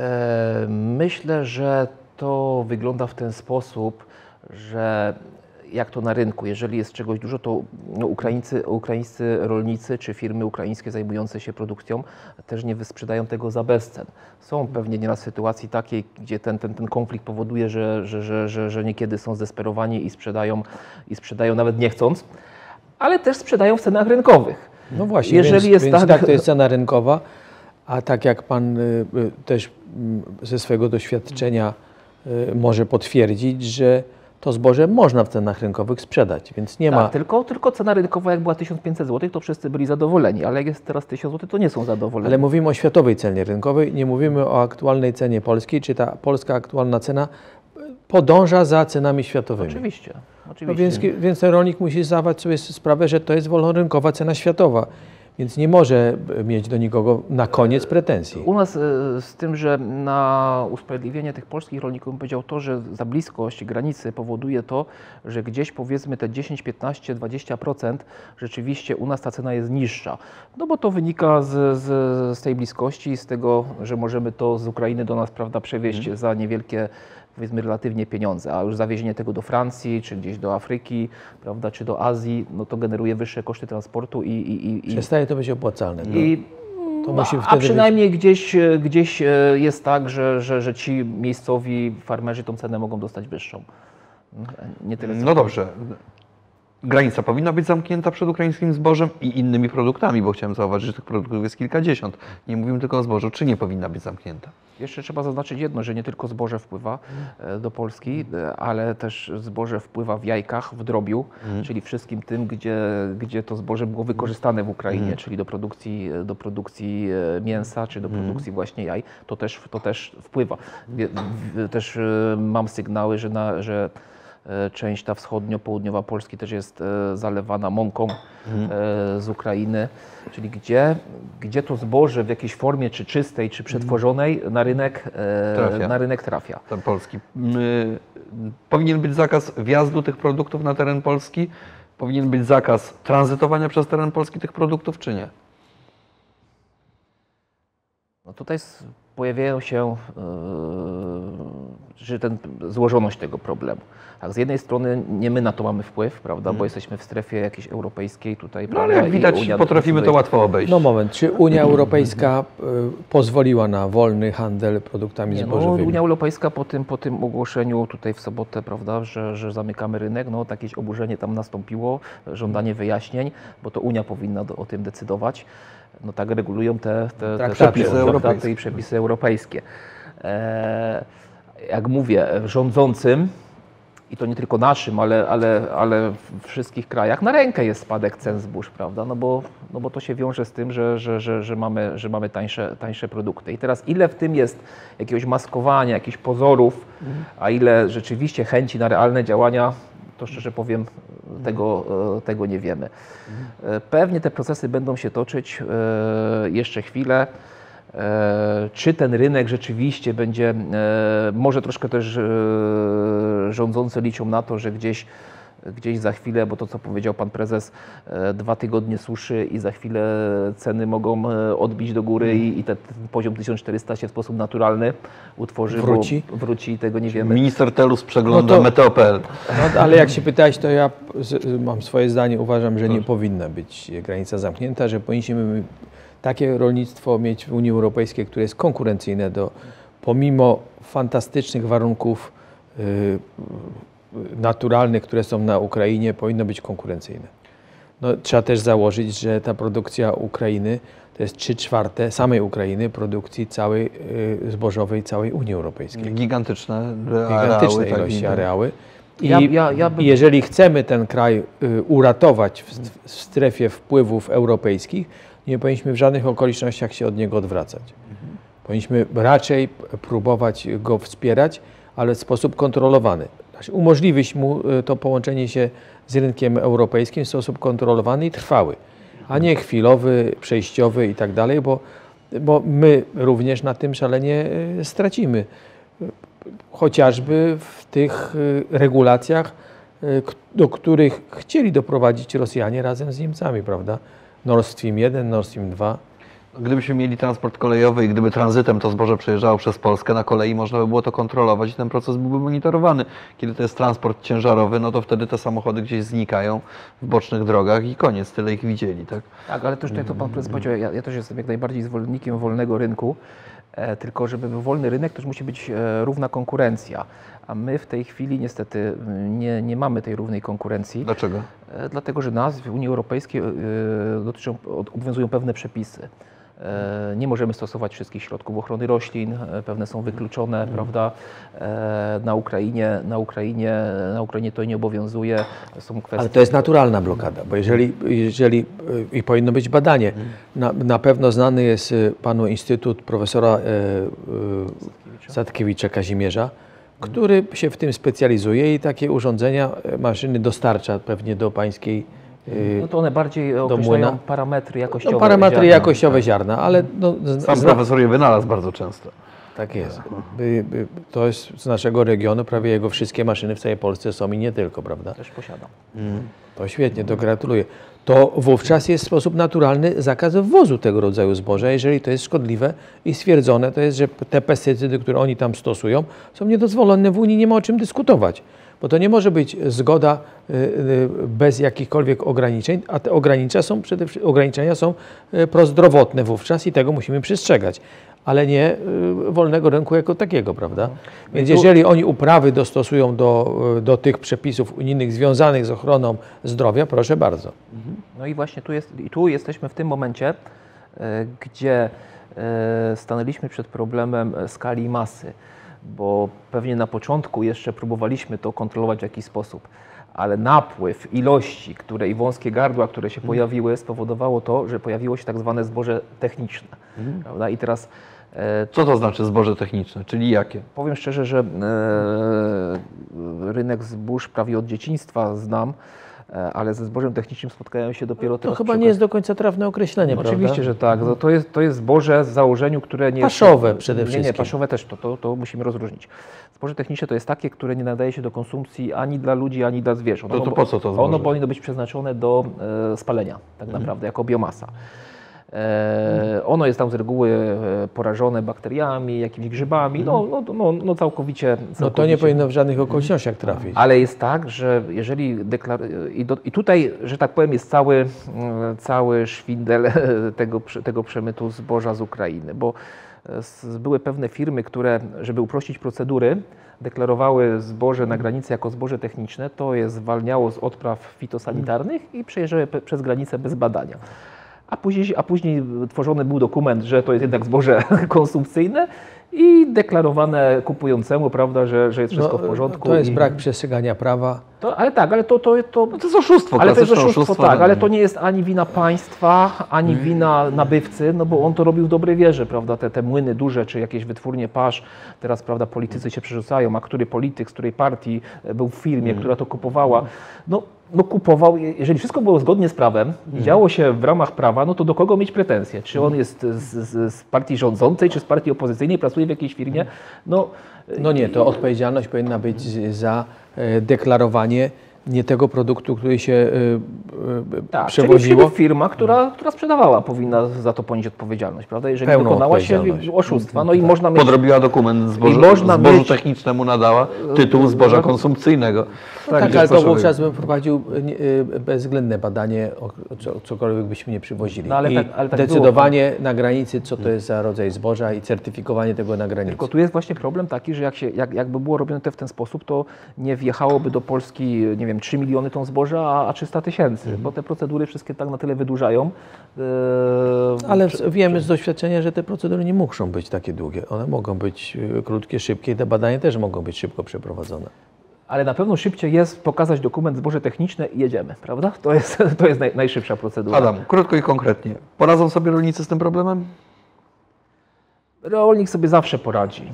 Myślę, że to wygląda w ten sposób, że jak to na rynku. Jeżeli jest czegoś dużo, to no, ukraińscy rolnicy czy firmy ukraińskie zajmujące się produkcją też nie wysprzedają tego za bezcen. Są pewnie nieraz sytuacji takiej, gdzie ten konflikt powoduje, że niekiedy są zdesperowani i sprzedają nawet nie chcąc, ale też sprzedają w cenach rynkowych. No właśnie, więc tak, to jest cena rynkowa, a tak jak Pan też ze swojego doświadczenia może potwierdzić, że to zboże można w cenach rynkowych sprzedać, więc nie ma... Tylko cena rynkowa jak była 1500 zł, to wszyscy byli zadowoleni, ale jak jest teraz 1000 zł, to nie są zadowoleni. Ale mówimy o światowej cenie rynkowej, nie mówimy o aktualnej cenie polskiej, czy ta polska aktualna cena podąża za cenami światowymi. Oczywiście. No więc ten rolnik musi zdawać sobie sprawę, że to jest wolnorynkowa cena światowa, więc nie może mieć do nikogo na koniec pretensji. U nas z tym, że na usprawiedliwienie tych polskich rolników bym powiedział to, że za bliskość granicy powoduje to, że gdzieś powiedzmy te 10, 15, 20% rzeczywiście u nas ta cena jest niższa. No bo to wynika z tej bliskości, z tego, że możemy to z Ukrainy do nas, prawda, przewieźć za niewielkie, powiedzmy relatywnie pieniądze, a już zawiezienie tego do Francji, czy gdzieś do Afryki, prawda, czy do Azji, no to generuje wyższe koszty transportu i przestaje to być opłacalne. A przynajmniej gdzieś jest tak, że ci miejscowi farmerzy tą cenę mogą dostać wyższą. Nie tyle no dobrze. Granica powinna być zamknięta przed ukraińskim zbożem i innymi produktami, bo chciałem zauważyć, że tych produktów jest kilkadziesiąt. Nie mówimy tylko o zbożu. Czy nie powinna być zamknięta? Jeszcze trzeba zaznaczyć jedno, że nie tylko zboże wpływa do Polski, ale też zboże wpływa w jajkach, w drobiu, czyli wszystkim tym, gdzie to zboże było wykorzystane w Ukrainie, czyli do produkcji mięsa, czy do produkcji właśnie jaj. To też wpływa. Też mam sygnały, że część ta wschodnio-południowa Polski też jest zalewana mąką z Ukrainy, czyli gdzie to zboże w jakiejś formie, czy czystej, czy przetworzonej, na rynek trafia. Ten polski. Powinien być zakaz wjazdu tych produktów na teren Polski? Powinien być zakaz tranzytowania przez teren Polski tych produktów, czy nie? No tutaj pojawiają się złożoność tego problemu. Tak, z jednej strony nie my na to mamy wpływ, prawda, bo jesteśmy w strefie jakiejś europejskiej tutaj. No ale jak widać, potrafimy to łatwo obejść. No moment, czy Unia Europejska pozwoliła na wolny handel produktami zbożowymi? No, Unia Europejska po tym ogłoszeniu tutaj w sobotę, prawda, że zamykamy rynek, no jakieś oburzenie tam nastąpiło, żądanie wyjaśnień, bo to Unia powinna o tym decydować. No tak regulują te traktaty i przepisy europejskie. Jak mówię, rządzącym, i to nie tylko naszym, ale w wszystkich krajach, na rękę jest spadek cen zbóż, prawda? No bo to się wiąże z tym, że mamy tańsze produkty. I teraz ile w tym jest jakiegoś maskowania, jakichś pozorów, a ile rzeczywiście chęci na realne działania, to szczerze powiem, tego nie wiemy. Pewnie te procesy będą się toczyć jeszcze chwilę. Czy ten rynek rzeczywiście będzie, może troszkę też rządzący liczą na to, że gdzieś za chwilę, bo to co powiedział pan prezes, 2 tygodnie suszy i za chwilę ceny mogą odbić do góry i ten poziom 1400 się w sposób naturalny utworzy, wróci i tego nie wiemy. Minister Telus przegląda Meteo.pl. No, ale jak się pytałeś, to ja mam swoje zdanie, uważam, że nie powinna być granica zamknięta, że powinniśmy takie rolnictwo mieć w Unii Europejskiej, które jest konkurencyjne pomimo fantastycznych warunków naturalnych, które są na Ukrainie, powinno być konkurencyjne. No, trzeba też założyć, że ta produkcja Ukrainy to jest 3/4 samej Ukrainy produkcji całej zbożowej całej Unii Europejskiej. Gigantyczne ilości areały. I jeżeli chcemy ten kraj uratować w strefie wpływów europejskich, nie powinniśmy w żadnych okolicznościach się od niego odwracać. Powinniśmy raczej próbować go wspierać, ale w sposób kontrolowany. Znaczy, umożliwić mu to połączenie się z rynkiem europejskim w sposób kontrolowany i trwały, a nie chwilowy, przejściowy i tak dalej, bo my również na tym szalenie stracimy. Chociażby w tych regulacjach, do których chcieli doprowadzić Rosjanie razem z Niemcami, prawda? Nord Stream 1, Nord Stream 2. Gdybyśmy mieli transport kolejowy i gdyby tranzytem to zboże przejeżdżało przez Polskę, na kolei można by było to kontrolować i ten proces byłby monitorowany. Kiedy to jest transport ciężarowy, no to wtedy te samochody gdzieś znikają w bocznych drogach i koniec, tyle ich widzieli, tak? Tak, ale też tutaj to pan prezes powiedział, ja też jestem jak najbardziej zwolennikiem wolnego rynku, tylko żeby był wolny rynek, też musi być równa konkurencja. A my w tej chwili niestety nie mamy tej równej konkurencji. Dlaczego? Dlatego, że nas w Unii Europejskiej obowiązują pewne przepisy. Nie możemy stosować wszystkich środków ochrony roślin, pewne są wykluczone, prawda? Na Ukrainie to nie obowiązuje. Są kwestie... Ale to jest naturalna blokada, bo jeżeli i powinno być badanie, na pewno znany jest panu Instytut profesora Sadkiewicza Kazimierza, który się w tym specjalizuje i takie urządzenia, maszyny dostarcza pewnie do pańskiej. No to one bardziej określają parametry jakościowe. No, parametry jakościowe ziarna, ale sam profesor je wynalazł bardzo często. Tak jest. To jest z naszego regionu, prawie jego wszystkie maszyny w całej Polsce są i nie tylko, prawda? Też posiadam. To świetnie, to gratuluję. To wówczas jest w sposób naturalny zakaz wwozu tego rodzaju zboża, jeżeli to jest szkodliwe i stwierdzone to jest, że te pestycydy, które oni tam stosują, są niedozwolone w Unii, nie ma o czym dyskutować. Bo to nie może być zgoda bez jakichkolwiek ograniczeń, a te ograniczenia są prozdrowotne wówczas i tego musimy przestrzegać, ale nie wolnego rynku jako takiego, prawda? Więc jeżeli oni uprawy dostosują do tych przepisów unijnych związanych z ochroną zdrowia, proszę bardzo. No i właśnie tu jesteśmy w tym momencie, gdzie stanęliśmy przed problemem skali i masy, bo pewnie na początku jeszcze próbowaliśmy to kontrolować w jakiś sposób, ale napływ ilości, i wąskie gardła, które się pojawiły, spowodowało to, że pojawiło się tak zwane zboże techniczne. Prawda? I teraz co to znaczy zboże techniczne, czyli jakie? Powiem szczerze, że rynek zbóż prawie od dzieciństwa znam, ale ze zbożem technicznym spotkałem się dopiero teraz. To chyba nie jest do końca trafne określenie, prawda? Oczywiście, że tak. To jest zboże w założeniu, które nie jest... Paszowe przede wszystkim. Nie, paszowe też, to musimy rozróżnić. Zboże techniczne to jest takie, które nie nadaje się do konsumpcji ani dla ludzi, ani dla zwierząt. To po co to zboże? Ono powinno być przeznaczone do spalenia, tak naprawdę, jako biomasa. Ono jest tam z reguły porażone bakteriami, jakimiś grzybami, no całkowicie. No to nie powinno w żadnych okolicznościach trafić. Ale jest tak, że jeżeli i tutaj, że tak powiem, jest cały szwindel tego przemytu zboża z Ukrainy, bo były pewne firmy, które, żeby uprościć procedury, deklarowały zboże na granicy jako zboże techniczne, to je zwalniało z odpraw fitosanitarnych i przejeżdżały przez granicę bez badania. A później tworzony był dokument, że to jest jednak zboże konsumpcyjne i deklarowane kupującemu, prawda, że jest wszystko w porządku. To jest brak przestrzegania prawa. Ale to jest oszustwo, ale to jest oszustwo, tak, no. ale to nie jest ani wina państwa, ani wina nabywcy, no bo on to robił w dobrej wierze, prawda, te młyny duże, czy jakieś wytwórnie pasz, teraz, prawda, politycy się przerzucają, a który polityk, z której partii był w firmie, która to kupowała, no kupował, jeżeli wszystko było zgodnie z prawem i działo się w ramach prawa, no to do kogo mieć pretensje? Czy on jest z partii rządzącej, czy z partii opozycyjnej, pracuje w jakiejś firmie? No nie, to odpowiedzialność powinna być za deklarowanie nie tego produktu, który się przewoziło. Czyli firma, która sprzedawała, powinna za to ponieść odpowiedzialność, prawda? Jeżeli pełną dokonała się oszustwa, no i można mieć... Podrobiła dokument zbożu technicznemu, nadała tytuł zboża konsumpcyjnego. Tak, ale to wówczas bym prowadził bezwzględne badanie, cokolwiek byśmy nie przywozili. No, ale decydowanie na granicy, co to jest za rodzaj zboża i certyfikowanie tego na granicy. Tylko tu jest właśnie problem taki, że jakby było robione to w ten sposób, to nie wjechałoby do Polski, nie wiem, 3 miliony ton zboża, a 300 tysięcy, bo te procedury wszystkie tak na tyle wydłużają. Ale wiemy z doświadczenia, że te procedury nie muszą być takie długie. One mogą być krótkie, szybkie i te badania też mogą być szybko przeprowadzone. Ale na pewno szybciej jest pokazać dokument zboże techniczne i jedziemy, prawda? To jest najszybsza procedura. Adam, krótko i konkretnie. Poradzą sobie rolnicy z tym problemem? Rolnik sobie zawsze poradzi.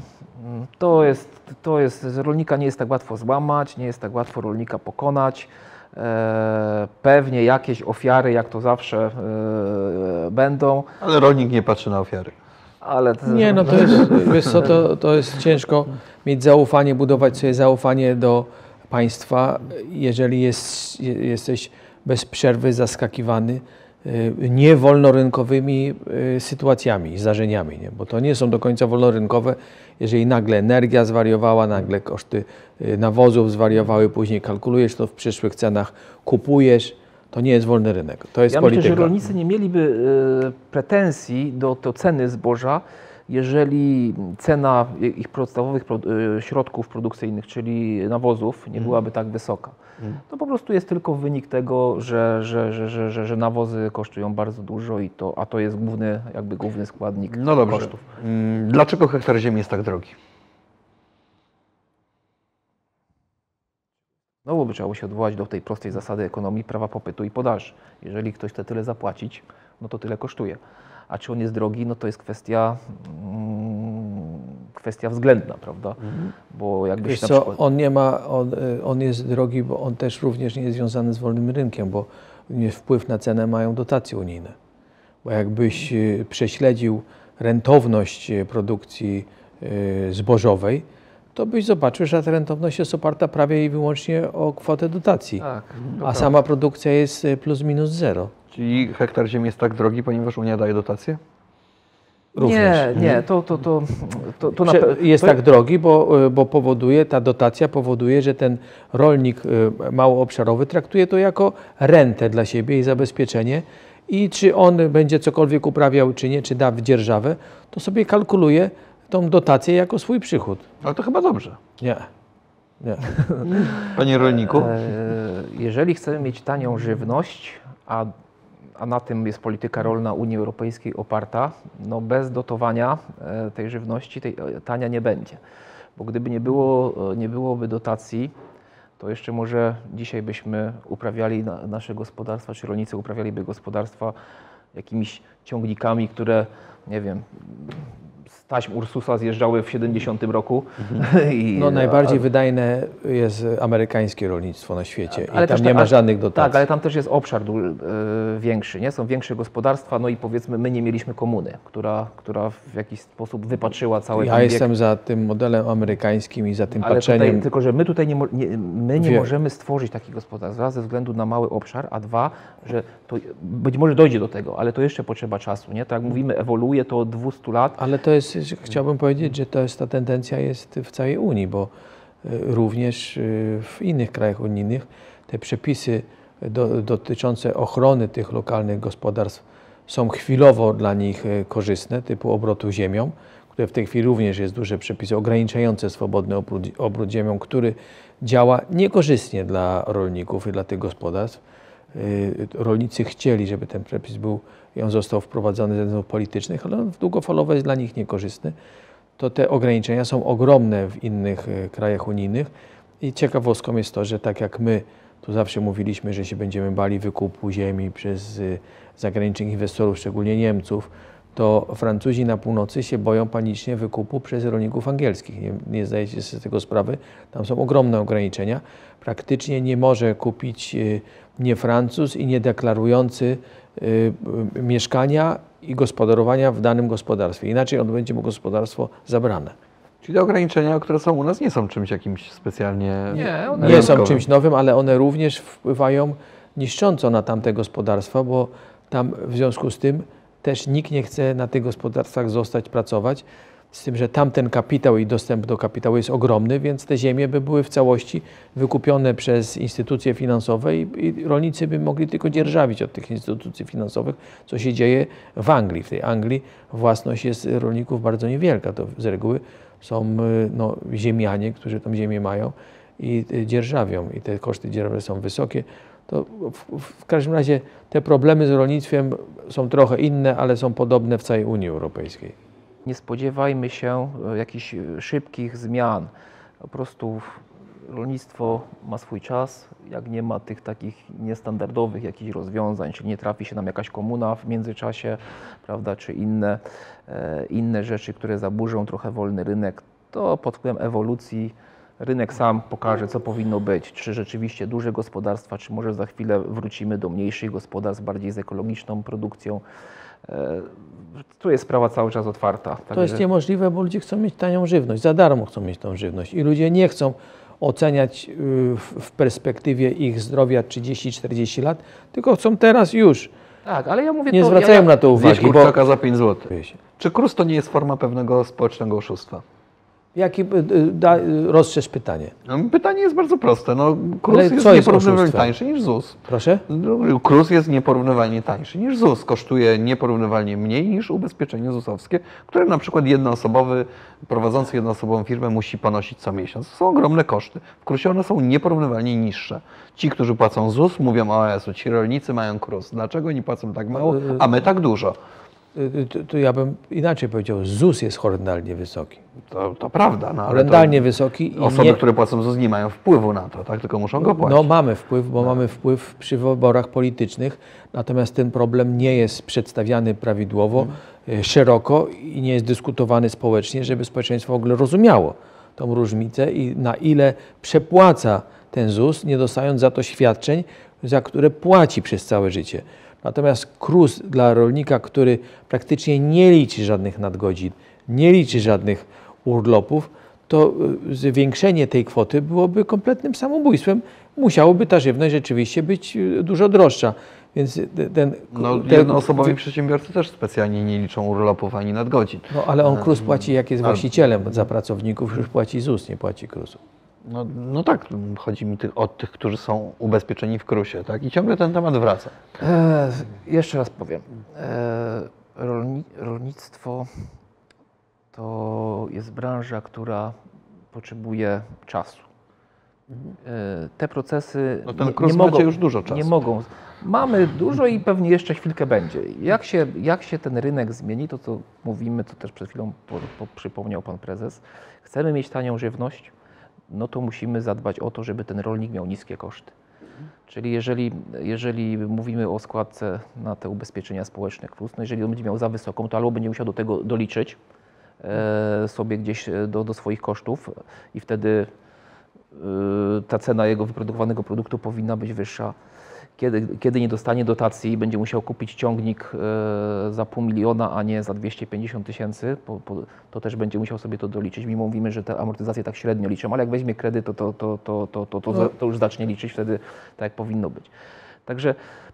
Z rolnika nie jest tak łatwo złamać, nie jest tak łatwo rolnika pokonać. Pewnie jakieś ofiary, jak to zawsze, będą. Ale rolnik nie patrzy na ofiary. Nie, no to jest, wiesz co, to jest ciężko mieć zaufanie, budować sobie zaufanie do państwa, jeżeli jesteś bez przerwy zaskakiwany niewolnorynkowymi sytuacjami, zdarzeniami, nie? Bo to nie są do końca wolnorynkowe, jeżeli nagle energia zwariowała, nagle koszty nawozów zwariowały, później kalkulujesz to w przyszłych cenach, kupujesz, to nie jest wolny rynek, to jest polityka. Myślę, że rolnicy nie mieliby pretensji do ceny zboża, jeżeli cena ich podstawowych środków produkcyjnych, czyli nawozów, nie byłaby tak wysoka. To po prostu jest tylko wynik tego, że nawozy kosztują bardzo dużo, a to jest główny składnik kosztów. Dlaczego hektar ziemi jest tak drogi? No bo trzeba się odwołać do tej prostej zasady ekonomii prawa popytu i podaży. Jeżeli ktoś chce tyle zapłacić, no to tyle kosztuje. A czy on jest drogi, no to jest kwestia względna, prawda? Bo jakbyś na przykład... on jest drogi, bo on też również nie jest związany z wolnym rynkiem, bo wpływ na cenę mają dotacje unijne. Bo jakbyś prześledził rentowność produkcji zbożowej, to byś zobaczył, że ta rentowność jest oparta prawie i wyłącznie o kwotę dotacji. Tak, a sama produkcja jest plus minus zero. Czyli hektar ziemi jest tak drogi, ponieważ Unia daje dotacje? Również. Nie, jest tak drogi, bo ta dotacja powoduje, że ten rolnik małoobszarowy traktuje to jako rentę dla siebie i zabezpieczenie. I czy on będzie cokolwiek uprawiał, czy nie, czy da w dzierżawę, to sobie kalkuluje tą dotację jako swój przychód. Ale to chyba dobrze. Nie. Panie rolniku? Jeżeli chcemy mieć tanią żywność, a na tym jest polityka rolna Unii Europejskiej oparta, no bez dotowania tej żywności tania nie będzie. Bo gdyby nie byłoby dotacji, to jeszcze może dzisiaj byśmy uprawiali nasze gospodarstwa, czy rolnicy uprawialiby gospodarstwa jakimiś ciągnikami, które, nie wiem, z taśm Ursusa zjeżdżały w 70 roku. Najbardziej wydajne jest amerykańskie rolnictwo na świecie i tam nie ma żadnych dotacji. Tak, ale tam też jest obszar większy, nie? Są większe gospodarstwa, no i powiedzmy my nie mieliśmy komuny, która w jakiś sposób wypatrzyła cały ten bieg. Jestem za tym modelem amerykańskim i za tym patrzeniem. Tylko, że my tutaj nie możemy stworzyć takich gospodarstw, raz ze względu na mały obszar, a dwa, że to być może dojdzie do tego, ale to jeszcze potrzeba czasu, nie? Tak jak mówimy, ewoluuje to od 200 lat. Ale to jest, chciałbym powiedzieć, że ta tendencja jest w całej Unii, bo również w innych krajach unijnych te przepisy dotyczące ochrony tych lokalnych gospodarstw są chwilowo dla nich korzystne, typu obrotu ziemią, które w tej chwili również jest duże przepisy ograniczające swobodny obrót ziemią, który działa niekorzystnie dla rolników i dla tych gospodarstw. Rolnicy chcieli, żeby ten przepis został wprowadzony ze względów politycznych, ale on długofalowo jest dla nich niekorzystny. To te ograniczenia są ogromne w innych krajach unijnych i ciekawostką jest to, że tak jak my tu zawsze mówiliśmy, że się będziemy bali wykupu ziemi przez zagranicznych inwestorów, szczególnie Niemców, to Francuzi na północy się boją panicznie wykupu przez rolników angielskich. Nie zdajecie sobie z tego sprawy. Tam są ogromne ograniczenia. Praktycznie nie może kupić nie Francuz i nie deklarujący mieszkania i gospodarowania w danym gospodarstwie. Inaczej on będzie mu gospodarstwo zabrane. Czyli te ograniczenia, które są u nas, nie są czymś jakimś specjalnie... Nie są czymś nowym, ale one również wpływają niszcząco na tamte gospodarstwa, bo tam w związku z tym też nikt nie chce na tych gospodarstwach zostać, pracować, z tym, że tamten kapitał i dostęp do kapitału jest ogromny, więc te ziemie by były w całości wykupione przez instytucje finansowe i rolnicy by mogli tylko dzierżawić od tych instytucji finansowych, co się dzieje w Anglii. W tej Anglii własność jest rolników bardzo niewielka. To z reguły są ziemianie, którzy tą ziemię mają i dzierżawią i te koszty dzierżawy są wysokie. To w każdym razie te problemy z rolnictwem są trochę inne, ale są podobne w całej Unii Europejskiej. Nie spodziewajmy się jakichś szybkich zmian. Po prostu rolnictwo ma swój czas. Jak nie ma tych takich niestandardowych jakichś rozwiązań, czyli nie trafi się nam jakaś komuna w międzyczasie, prawda, czy inne rzeczy, które zaburzą trochę wolny rynek, to pod wpływem ewolucji rynek sam pokaże, co powinno być. Czy rzeczywiście duże gospodarstwa, czy może za chwilę wrócimy do mniejszych gospodarstw, bardziej z ekologiczną produkcją. Tu jest sprawa cały czas otwarta. To jest niemożliwe, bo ludzie chcą mieć tanią żywność, za darmo chcą mieć tą żywność i ludzie nie chcą oceniać w perspektywie ich zdrowia 30-40 lat, tylko chcą teraz już. Tak, ale ja mówię... Nie zwracają na to uwagi. Wieś kurczaka za 5 zł. Czy KRUS to nie jest forma pewnego społecznego oszustwa? Rozszerz pytanie. Pytanie jest bardzo proste. KRUS jest nieporównywalnie tańszy niż ZUS. Proszę? KRUS jest nieporównywalnie tańszy niż ZUS. Kosztuje nieporównywalnie mniej niż ubezpieczenie ZUS-owskie, które na przykład prowadzący jednoosobową firmę musi ponosić co miesiąc. To są ogromne koszty. W KRUS-ie one są nieporównywalnie niższe. Ci, którzy płacą ZUS, mówią: o Jezu, ci rolnicy mają KRUS. Dlaczego nie płacą tak mało, a my tak dużo? To ja bym inaczej powiedział, ZUS jest horrendalnie wysoki. To prawda. Ale horrendalnie wysoki. Osoby, które płacą ZUS, nie mają wpływu na to, tak? Tylko muszą go płacić. Mamy wpływ, bo mamy wpływ przy wyborach politycznych, natomiast ten problem nie jest przedstawiany prawidłowo, szeroko i nie jest dyskutowany społecznie, żeby społeczeństwo w ogóle rozumiało tą różnicę i na ile przepłaca ten ZUS, nie dostając za to świadczeń, za które płaci przez całe życie. Natomiast KRUS dla rolnika, który praktycznie nie liczy żadnych nadgodzin, nie liczy żadnych urlopów, to zwiększenie tej kwoty byłoby kompletnym samobójstwem. Musiałoby ta żywność rzeczywiście być dużo droższa. Więc jednoosobowi przedsiębiorcy też specjalnie nie liczą urlopów ani nadgodzin. Ale on KRUS płaci, jak jest właścicielem, za pracowników już płaci ZUS, nie płaci KRUS-u. No tak, chodzi mi o tych, którzy są ubezpieczeni w KRUS-ie, tak? I ciągle ten temat wraca. Jeszcze raz powiem. Rolnictwo to jest branża, która potrzebuje czasu. Te procesy ten KRUS macie już dużo czasu. Nie mogą. Mamy dużo i pewnie jeszcze chwilkę będzie. Jak się ten rynek zmieni, to co mówimy, to też przed chwilą przypomniał pan prezes, chcemy mieć tanią żywność, no to musimy zadbać o to, żeby ten rolnik miał niskie koszty. Czyli jeżeli mówimy o składce na te ubezpieczenia społeczne KRUS, no jeżeli on będzie miał za wysoką, to albo będzie musiał do tego doliczyć sobie gdzieś do swoich kosztów i wtedy ta cena jego wyprodukowanego produktu powinna być wyższa. Kiedy nie dostanie dotacji, będzie musiał kupić ciągnik za 500 000, a nie za 250 000, to też będzie musiał sobie to doliczyć. Mimo mówimy, że te amortyzacje tak średnio liczą, ale jak weźmie kredyt, to już zacznie liczyć wtedy tak, jak powinno być. Także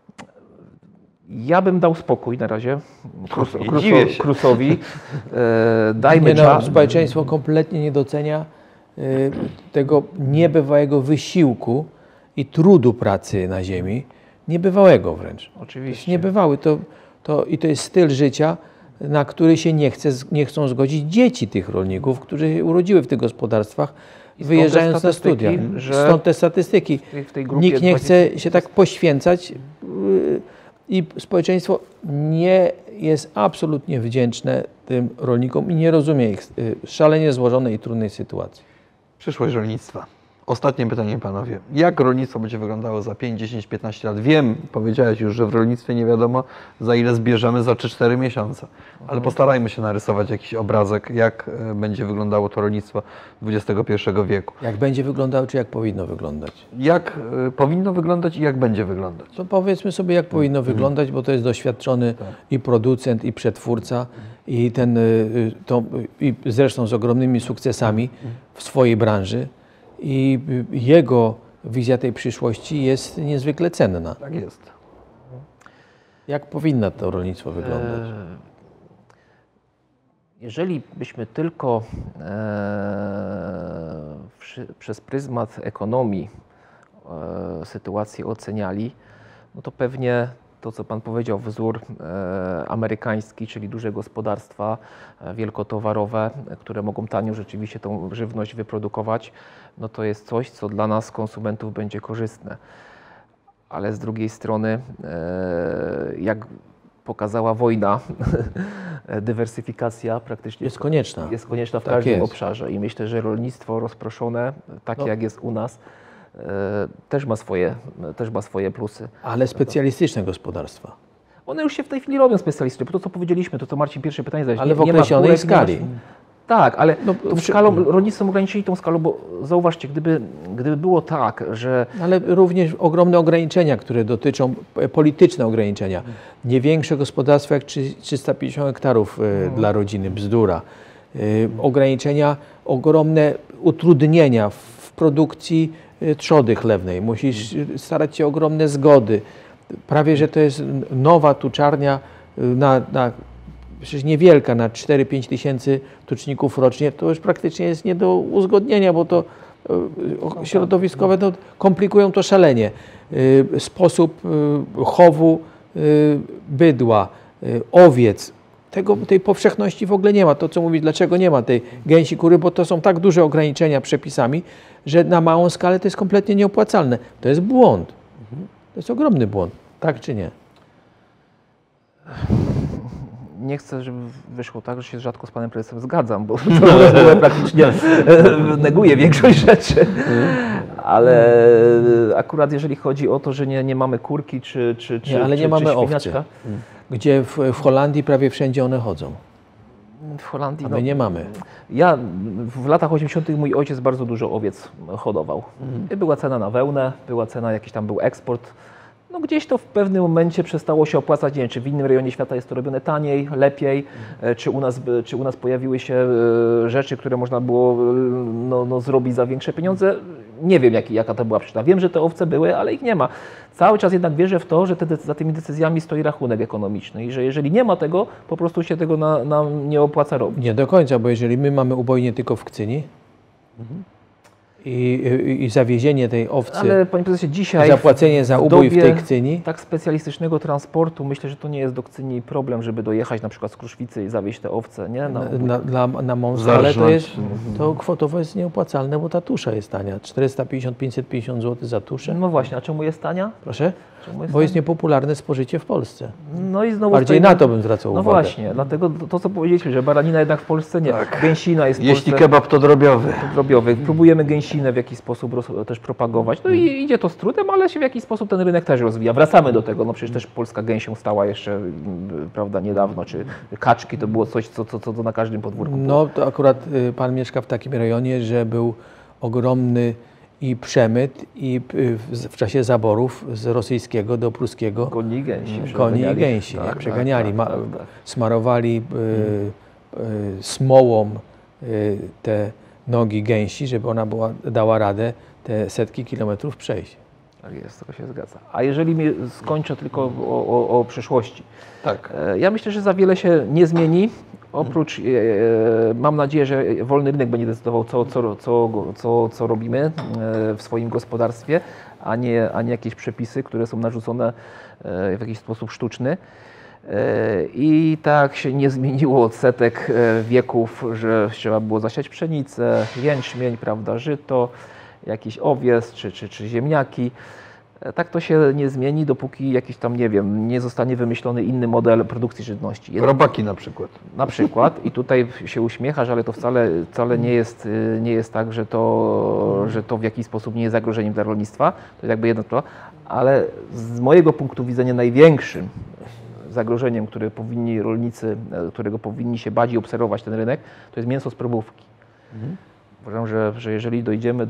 ja bym dał spokój na razie KRUS-owi. Dajmy czas. Społeczeństwo kompletnie nie docenia tego niebywałego wysiłku i trudu pracy na ziemi, niebywałego wręcz. Oczywiście. Niebywały. I to jest styl życia, na który się nie chcą zgodzić dzieci tych rolników, którzy się urodziły w tych gospodarstwach, wyjeżdżając na studia. Stąd te statystyki. Nikt nie chce się tak poświęcać i społeczeństwo nie jest absolutnie wdzięczne tym rolnikom i nie rozumie ich szalenie złożonej i trudnej sytuacji. Przyszłość rolnictwa. Ostatnie pytanie, panowie. Jak rolnictwo będzie wyglądało za 5, 10, 15 lat? Wiem, powiedziałeś już, że w rolnictwie nie wiadomo, za ile zbierzemy za 3-4 miesiące. Ale postarajmy się narysować jakiś obrazek, jak będzie wyglądało to rolnictwo XXI wieku. Jak będzie wyglądało, czy jak powinno wyglądać? Jak powinno wyglądać i jak będzie wyglądać? To powiedzmy sobie, jak powinno wyglądać, bo to jest doświadczony i producent, i przetwórca, i zresztą z ogromnymi sukcesami w swojej branży. I jego wizja tej przyszłości jest niezwykle cenna. Tak jest. Jak powinno to rolnictwo wyglądać? Jeżeli byśmy tylko przez pryzmat ekonomii sytuację oceniali, no to pewnie to, co pan powiedział, wzór amerykański, czyli duże gospodarstwa wielkotowarowe, które mogą tanio rzeczywiście tą żywność wyprodukować, no to jest coś, co dla nas, konsumentów, będzie korzystne. Ale z drugiej strony, jak pokazała wojna, dywersyfikacja praktycznie jest konieczna. Jest konieczna w każdym obszarze i myślę, że rolnictwo rozproszone, takie jak jest u nas, też ma swoje plusy. Ale specjalistyczne gospodarstwa. One już się w tej chwili robią specjalistyczne, bo to co powiedzieliśmy, to co Marcin pierwsze pytanie zadałeś. Ale w określonej skali. Tak, ale tą skalą, rolnictwem ograniczyli tą skalą, bo zauważcie, gdyby było tak, że... Ale również ogromne ograniczenia, które dotyczą, polityczne ograniczenia. Nie większe gospodarstwo jak 350 hektarów dla rodziny, bzdura. Ograniczenia, ogromne utrudnienia w produkcji trzody chlewnej. Musisz starać się o ogromne zgody. prawie, że to jest nowa tuczarnia przecież niewielka, na 4-5 tysięcy tuczników rocznie, to już praktycznie jest nie do uzgodnienia, bo to środowiskowe komplikują to szalenie. Sposób chowu bydła, owiec, tej powszechności w ogóle nie ma. To, co mówić, dlaczego nie ma tej gęsi kury, bo to są tak duże ograniczenia przepisami, że na małą skalę to jest kompletnie nieopłacalne. To jest błąd. To jest ogromny błąd. Tak czy nie? Nie chcę, żeby wyszło tak, że się rzadko z panem prezesem zgadzam, bo to praktycznie neguje większość rzeczy. Ale akurat jeżeli chodzi o to, że nie mamy kurki czy ale nie mamy owcy. Gdzie w Holandii prawie wszędzie one chodzą. W Holandii, a my nie mamy. Ja w latach 80. mój ojciec bardzo dużo owiec hodował. Była cena na wełnę, była cena, jakiś tam był eksport. No gdzieś to w pewnym momencie przestało się opłacać, nie wiem, czy w innym rejonie świata jest to robione taniej, lepiej, czy u nas pojawiły się rzeczy, które można było zrobić za większe pieniądze. Nie wiem, jaka to była przyczyna. Wiem, że te owce były, ale ich nie ma. Cały czas jednak wierzę w to, że za tymi decyzjami stoi rachunek ekonomiczny i że jeżeli nie ma tego, po prostu się tego nam nie opłaca robić. Nie do końca, bo jeżeli my mamy ubojnie tylko w Kcyni, i zawiezienie tej owcy, ale panie prezesie, dzisiaj zapłacenie za ubój w tej Kcyni. Tak specjalistycznego transportu, myślę, że to nie jest do Kcyni problem, żeby dojechać na przykład z Kruszwicy i zawieźć te owce, nie? Na małą skalę to kwotowo jest nieopłacalne, bo ta tusza jest tania. 450-550 zł za tuszę. No właśnie, a czemu jest tania? Proszę? Bo jest niepopularne spożycie w Polsce. No i znowu bardziej na to bym zwracał uwagę. No właśnie, dlatego to co powiedzieliśmy, że baranina jednak w Polsce nie. Tak. Gęsina jest w Polsce. Jeśli kebab to drobiowy. Próbujemy gęsinę w jakiś sposób też propagować. No i idzie to z trudem, ale się w jakiś sposób ten rynek też rozwija. Wracamy do tego, no przecież też polska gęsią stała jeszcze, prawda, niedawno, czy kaczki to było coś, co na każdym podwórku było. No to akurat pan mieszka w takim rejonie, że był ogromny i przemyt i w czasie zaborów z rosyjskiego do pruskiego koni i gęsi. Tak, przeganiali. Smarowali smołą te nogi gęsi, żeby ona dała radę te setki kilometrów przejść. Tak jest, to się zgadza. A jeżeli skończę tylko o przyszłości. Tak. Ja myślę, że za wiele się nie zmieni. Oprócz, mam nadzieję, że wolny rynek będzie decydował, co robimy w swoim gospodarstwie, a nie jakieś przepisy, które są narzucone w jakiś sposób sztuczny. I tak się nie zmieniło od setek wieków, że trzeba było zasiać pszenicę, jęczmień, prawda, żyto, jakiś owiec czy ziemniaki. Tak to się nie zmieni, dopóki jakiś tam, nie wiem, nie zostanie wymyślony inny model produkcji żywności. Robaki na przykład. Na przykład. I tutaj się uśmiechasz, ale to wcale nie jest tak, że to w jakiś sposób nie jest zagrożeniem dla rolnictwa. To jest jakby jedno to, ale z mojego punktu widzenia największym zagrożeniem, którego powinni się bardziej obserwować ten rynek, to jest mięso z probówki. Uważam, że jeżeli dojdziemy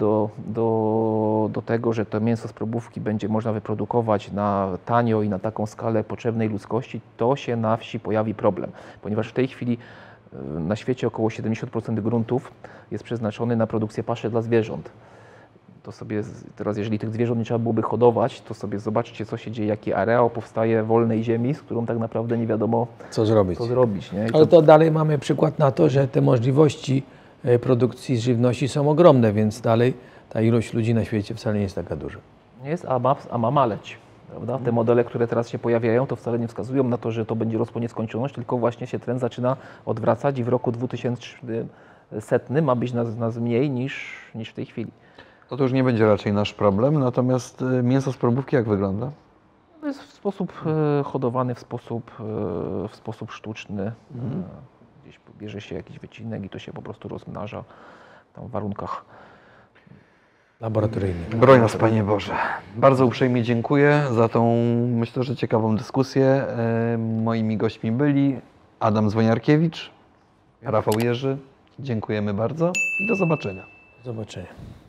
do tego, że to mięso z probówki będzie można wyprodukować na tanio i na taką skalę potrzebnej ludzkości, to się na wsi pojawi problem. Ponieważ w tej chwili na świecie około 70% gruntów jest przeznaczony na produkcję paszy dla zwierząt. To sobie teraz, jeżeli tych zwierząt nie trzeba byłoby hodować, to sobie zobaczcie, co się dzieje, jaki areał powstaje wolnej ziemi, z którą tak naprawdę nie wiadomo, co zrobić. Nie? Ale to dalej mamy przykład na to, że te możliwości produkcji żywności są ogromne, więc dalej ta ilość ludzi na świecie wcale nie jest taka duża. Nie jest, a ma maleć. Prawda? Te modele, które teraz się pojawiają, to wcale nie wskazują na to, że to będzie rosło nieskończoność, tylko właśnie się trend zaczyna odwracać i w roku 2100 ma być nas mniej niż w tej chwili. To już nie będzie raczej nasz problem, natomiast mięso z probówki jak wygląda? To jest w sposób hodowany, w sposób sztuczny. Gdzieś bierze się jakiś wycinek i to się po prostu rozmnaża tam w warunkach laboratoryjnych. Broń nas, Panie Boże. Bardzo uprzejmie dziękuję za tą, myślę, że ciekawą dyskusję. Moimi gośćmi byli Adam Zwoniarkiewicz, Rafał Jerzy. Dziękujemy bardzo i do zobaczenia. Do zobaczenia.